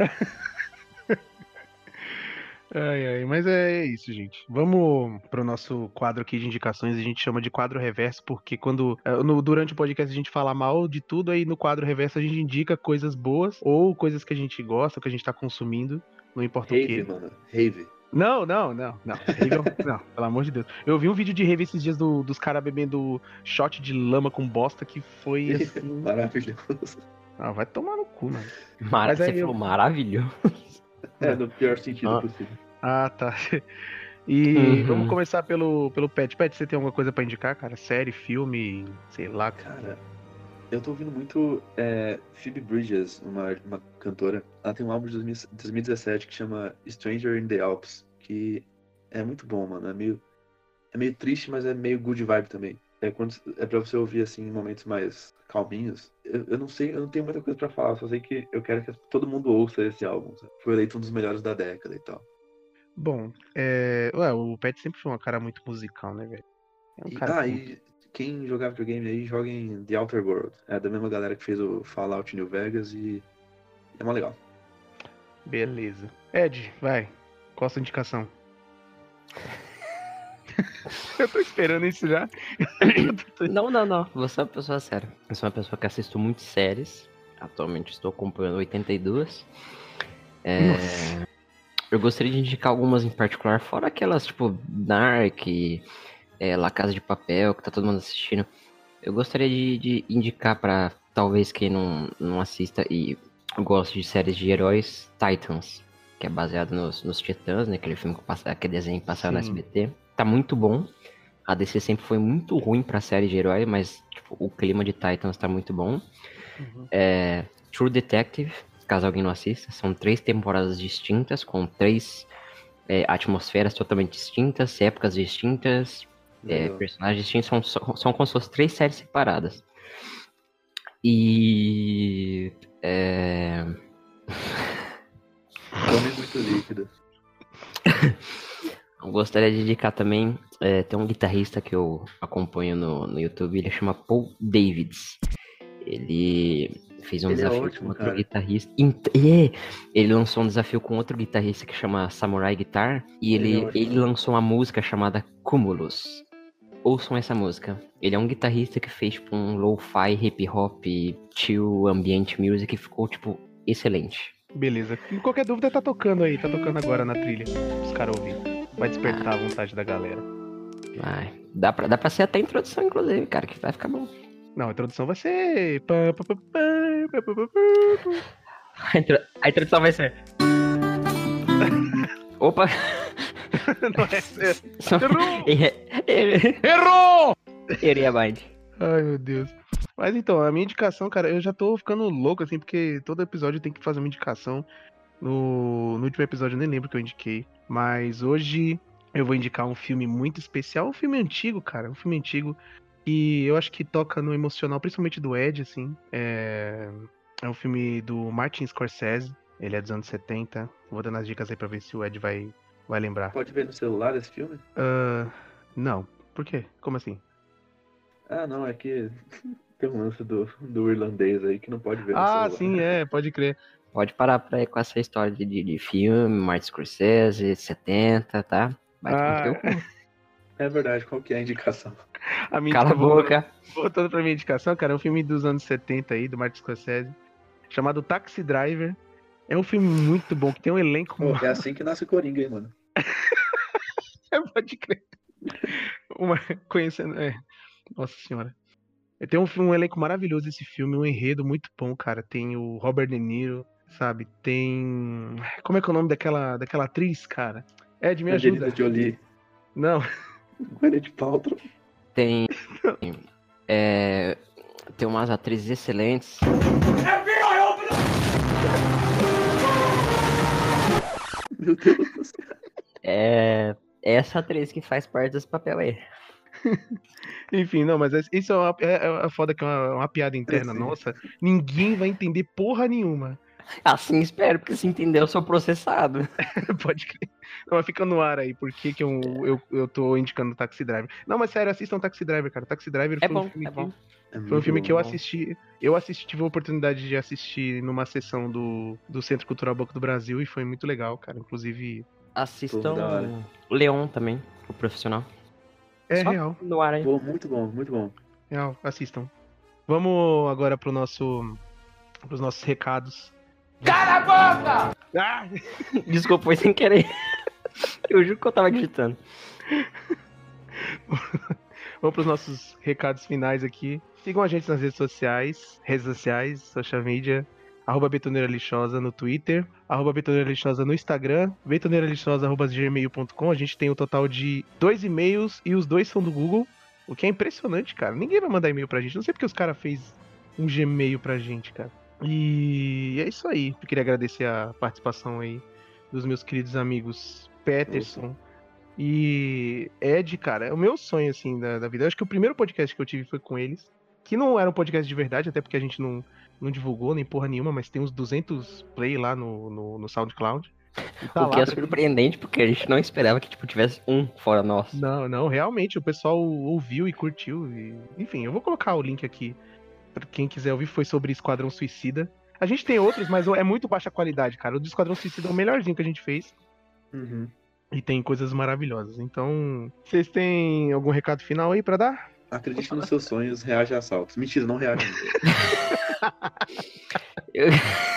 Ai, mas é isso, gente. Vamos pro nosso quadro aqui de indicações. A gente chama de quadro reverso, porque quando durante o podcast a gente fala mal de tudo, aí no quadro reverso a gente indica coisas boas ou coisas que a gente gosta, que a gente tá consumindo, não importa o quê. Mano. Rave. Não. Rave, não, pelo amor de Deus. Eu vi um vídeo de rave esses dias dos caras bebendo shot de lama com bosta que foi assim... Maravilhoso. Ah, vai tomar no cu, mano. Você falou maravilhoso. No pior sentido possível. Ah, tá. E vamos começar pelo Pet. Pet, você tem alguma coisa pra indicar, cara? Série, filme, sei lá. Cara, eu tô ouvindo muito Phoebe Bridgers, uma cantora. Ela tem um álbum de 2017 que chama Stranger in the Alps, que é muito bom, mano. É meio triste, mas é meio good vibe também. É pra você ouvir, assim, em momentos mais calminhos. Eu não sei, eu não tenho muita coisa pra falar, só sei que eu quero que todo mundo ouça esse álbum. Sabe? Foi eleito um dos melhores da década e tal. Bom, o Pet sempre foi um cara muito musical, né, velho? E quem jogar videogame aí, joga em The Outer World. É da mesma galera que fez o Fallout New Vegas e é mó legal. Beleza. Ed, vai. Qual a sua indicação? Eu tô esperando isso já. Não. Você é uma pessoa séria. Eu sou uma pessoa que assisto muitas séries. Atualmente estou acompanhando 82. Eu gostaria de indicar algumas em particular, fora aquelas tipo Dark, La Casa de Papel, que tá todo mundo assistindo. Eu gostaria de indicar pra talvez quem não assista e gosta de séries de heróis, Titans, que é baseado nos Titãs, né? Aquele filme aquele desenho que passava no SBT. Tá muito bom. A DC sempre foi muito ruim pra série de herói, mas tipo, o clima de Titans tá muito bom. True Detective, caso alguém não assista, são 3 temporadas distintas, com 3 atmosferas totalmente distintas, épocas distintas, personagens distintos, são como se fossem 3 séries separadas. E... Come muito líquido. Eu gostaria de indicar também, tem um guitarrista que eu acompanho no YouTube, ele chama Paul Davids. Ele fez um desafio com outro guitarrista. Ele lançou um desafio com outro guitarrista que chama Samurai Guitar. E ele lançou uma música chamada Cumulus. Ouçam essa música. Ele é um guitarrista que fez tipo, um lo-fi, hip hop, chill, ambient music, e ficou tipo excelente. Beleza. E qualquer dúvida tá tocando aí, tá tocando agora na trilha. Os caras ouvindo. Vai despertar a vontade da galera. Dá pra ser até a introdução, inclusive, cara, que vai ficar bom. Não, a introdução vai ser... A introdução vai ser... Opa! Não é certo. Errou! Area Bind. Ai, meu Deus. Mas então, a minha indicação, cara, eu já tô ficando louco, assim, porque todo episódio tem que fazer uma indicação. No último episódio eu nem lembro que eu indiquei. Mas hoje eu vou indicar um filme muito especial. Um filme antigo, cara. Um filme antigo que eu acho que toca no emocional, principalmente do Ed, assim. É um filme do Martin Scorsese. Ele é dos anos 70. Vou dando as dicas aí pra ver se o Ed vai lembrar. Pode ver no celular esse filme? Não. Por quê? Como assim? Ah, não, é que tem um lance do irlandês aí que não pode ver no celular. Ah, sim, pode crer. Pode parar pra ir com essa história de filme, Martin Scorsese, 70, tá? É verdade, qual que é a indicação? Cala a boca. Voltando pra minha indicação, cara, é um filme dos anos 70 aí, do Martin Scorsese, chamado Taxi Driver. É um filme muito bom, que tem um elenco... É assim que nasce o Coringa, hein, mano? Pode crer. Conhecendo... Nossa senhora. Tem um elenco maravilhoso esse filme, um enredo muito bom, cara. Tem o Robert De Niro, sabe? Tem... Como é que é o nome daquela atriz, cara? Ed, me ajuda. Angelina Jolie. Não. Gwyneth Paltrow. Tem... Tem umas atrizes excelentes. Meu Deus do céu. É essa atriz que faz parte desse papel aí. Enfim, não, mas isso é foda que é uma piada interna nossa. Ninguém vai entender porra nenhuma. Assim espero, porque se entender eu sou processado. Pode crer. Não, mas fica no ar aí, por que eu tô indicando Taxi Driver. Não, mas sério, assistam Taxi Driver, cara. Taxi Driver foi um filme bom. Foi um filme que eu assisti. Eu tive a oportunidade de assistir numa sessão do Centro Cultural Banco do Brasil e foi muito legal, cara. Inclusive. Assistam Leon também, o profissional. É Só real. No ar aí. Pô, muito bom, muito bom. Real, assistam. Vamos agora pros nossos recados. Cala a boca! Ah! Desculpa, foi sem querer. Eu juro que eu tava digitando. Vamos pros nossos recados finais aqui. Sigam a gente nas redes sociais, social media, @betoneira lixosa no Twitter, @betoneira lixosa no Instagram, betoneiralixosa@gmail.com. A gente tem um total de 2 e-mails e os 2 são do Google, o que é impressionante, cara. Ninguém vai mandar e-mail pra gente, não sei porque os caras fez um Gmail pra gente, cara. E é isso aí. Eu queria agradecer a participação aí dos meus queridos amigos Peterson e Ed, cara. É o meu sonho, assim, da vida. Eu acho que o primeiro podcast que eu tive foi com eles, que não era um podcast de verdade, até porque a gente não divulgou nem porra nenhuma, mas tem uns 200 play lá no SoundCloud. Tá o que é surpreendente, porque a gente não esperava que tivesse um fora nosso. Não, realmente, o pessoal ouviu e curtiu. Enfim, eu vou colocar o link aqui pra quem quiser ouvir. Foi sobre Esquadrão Suicida. A gente tem outros, mas é muito baixa qualidade, cara. O do Esquadrão Suicida é o melhorzinho que a gente fez. Uhum. E tem coisas maravilhosas. Então, vocês têm algum recado final aí pra dar? Acredite nos seus sonhos, reage a assaltos. Mentira, não reage. Eu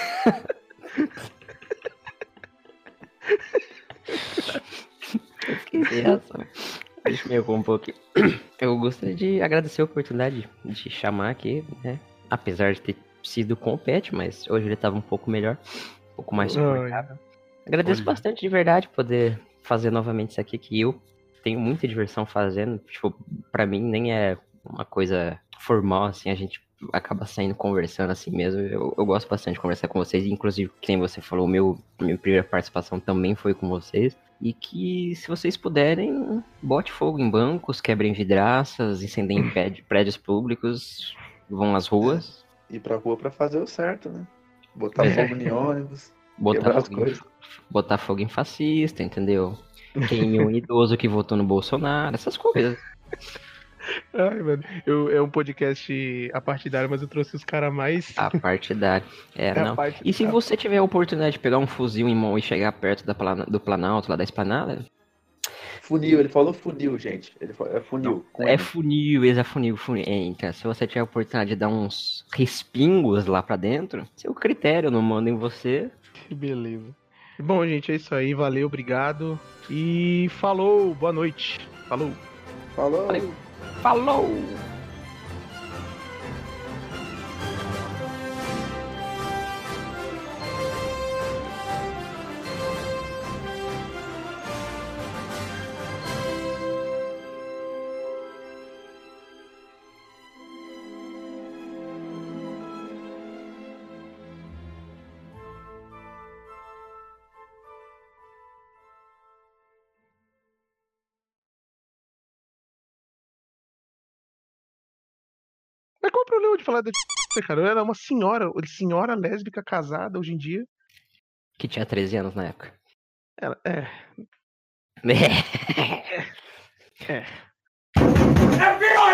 fiquei sem reação. Deixa eu me ocupar um pouquinho. Eu gostaria de agradecer a oportunidade de chamar aqui, né? Apesar de ter sido com o Pet, mas hoje ele tava um pouco melhor, um pouco mais suportável. Agradeço bastante de verdade poder fazer novamente isso aqui, que eu tenho muita diversão fazendo. Tipo, pra mim nem é uma coisa formal, assim, a gente acaba saindo conversando assim mesmo. Eu gosto bastante de conversar com vocês, inclusive, quem você falou, minha primeira participação também foi com vocês. E que, se vocês puderem, bote fogo em bancos, quebrem vidraças, incendiem prédios públicos, vão às ruas. Ir pra rua pra fazer o certo, né? Botar fogo em ônibus, botar fogo em fascista, entendeu? Queime um idoso que votou no Bolsonaro, essas coisas. Ai, mano, é um podcast apartidário, mas eu trouxe os caras mais... Apartidário, não. E se você tiver a oportunidade de pegar um fuzil em mão e chegar perto do Planalto, lá da Esplanada... Funil, ele falou funil, gente. Ele falou, é funil. Não, é funil, funil. Então, se você tiver a oportunidade de dar uns respingos lá pra dentro, seu critério, não manda em você. Que beleza. Bom, gente, é isso aí. Valeu, obrigado. E falou, boa noite. Falou. Valeu. Falou! Mas qual o problema de falar da cara? Ela é uma senhora lésbica casada hoje em dia. Que tinha 13 anos na época. Ela É violência!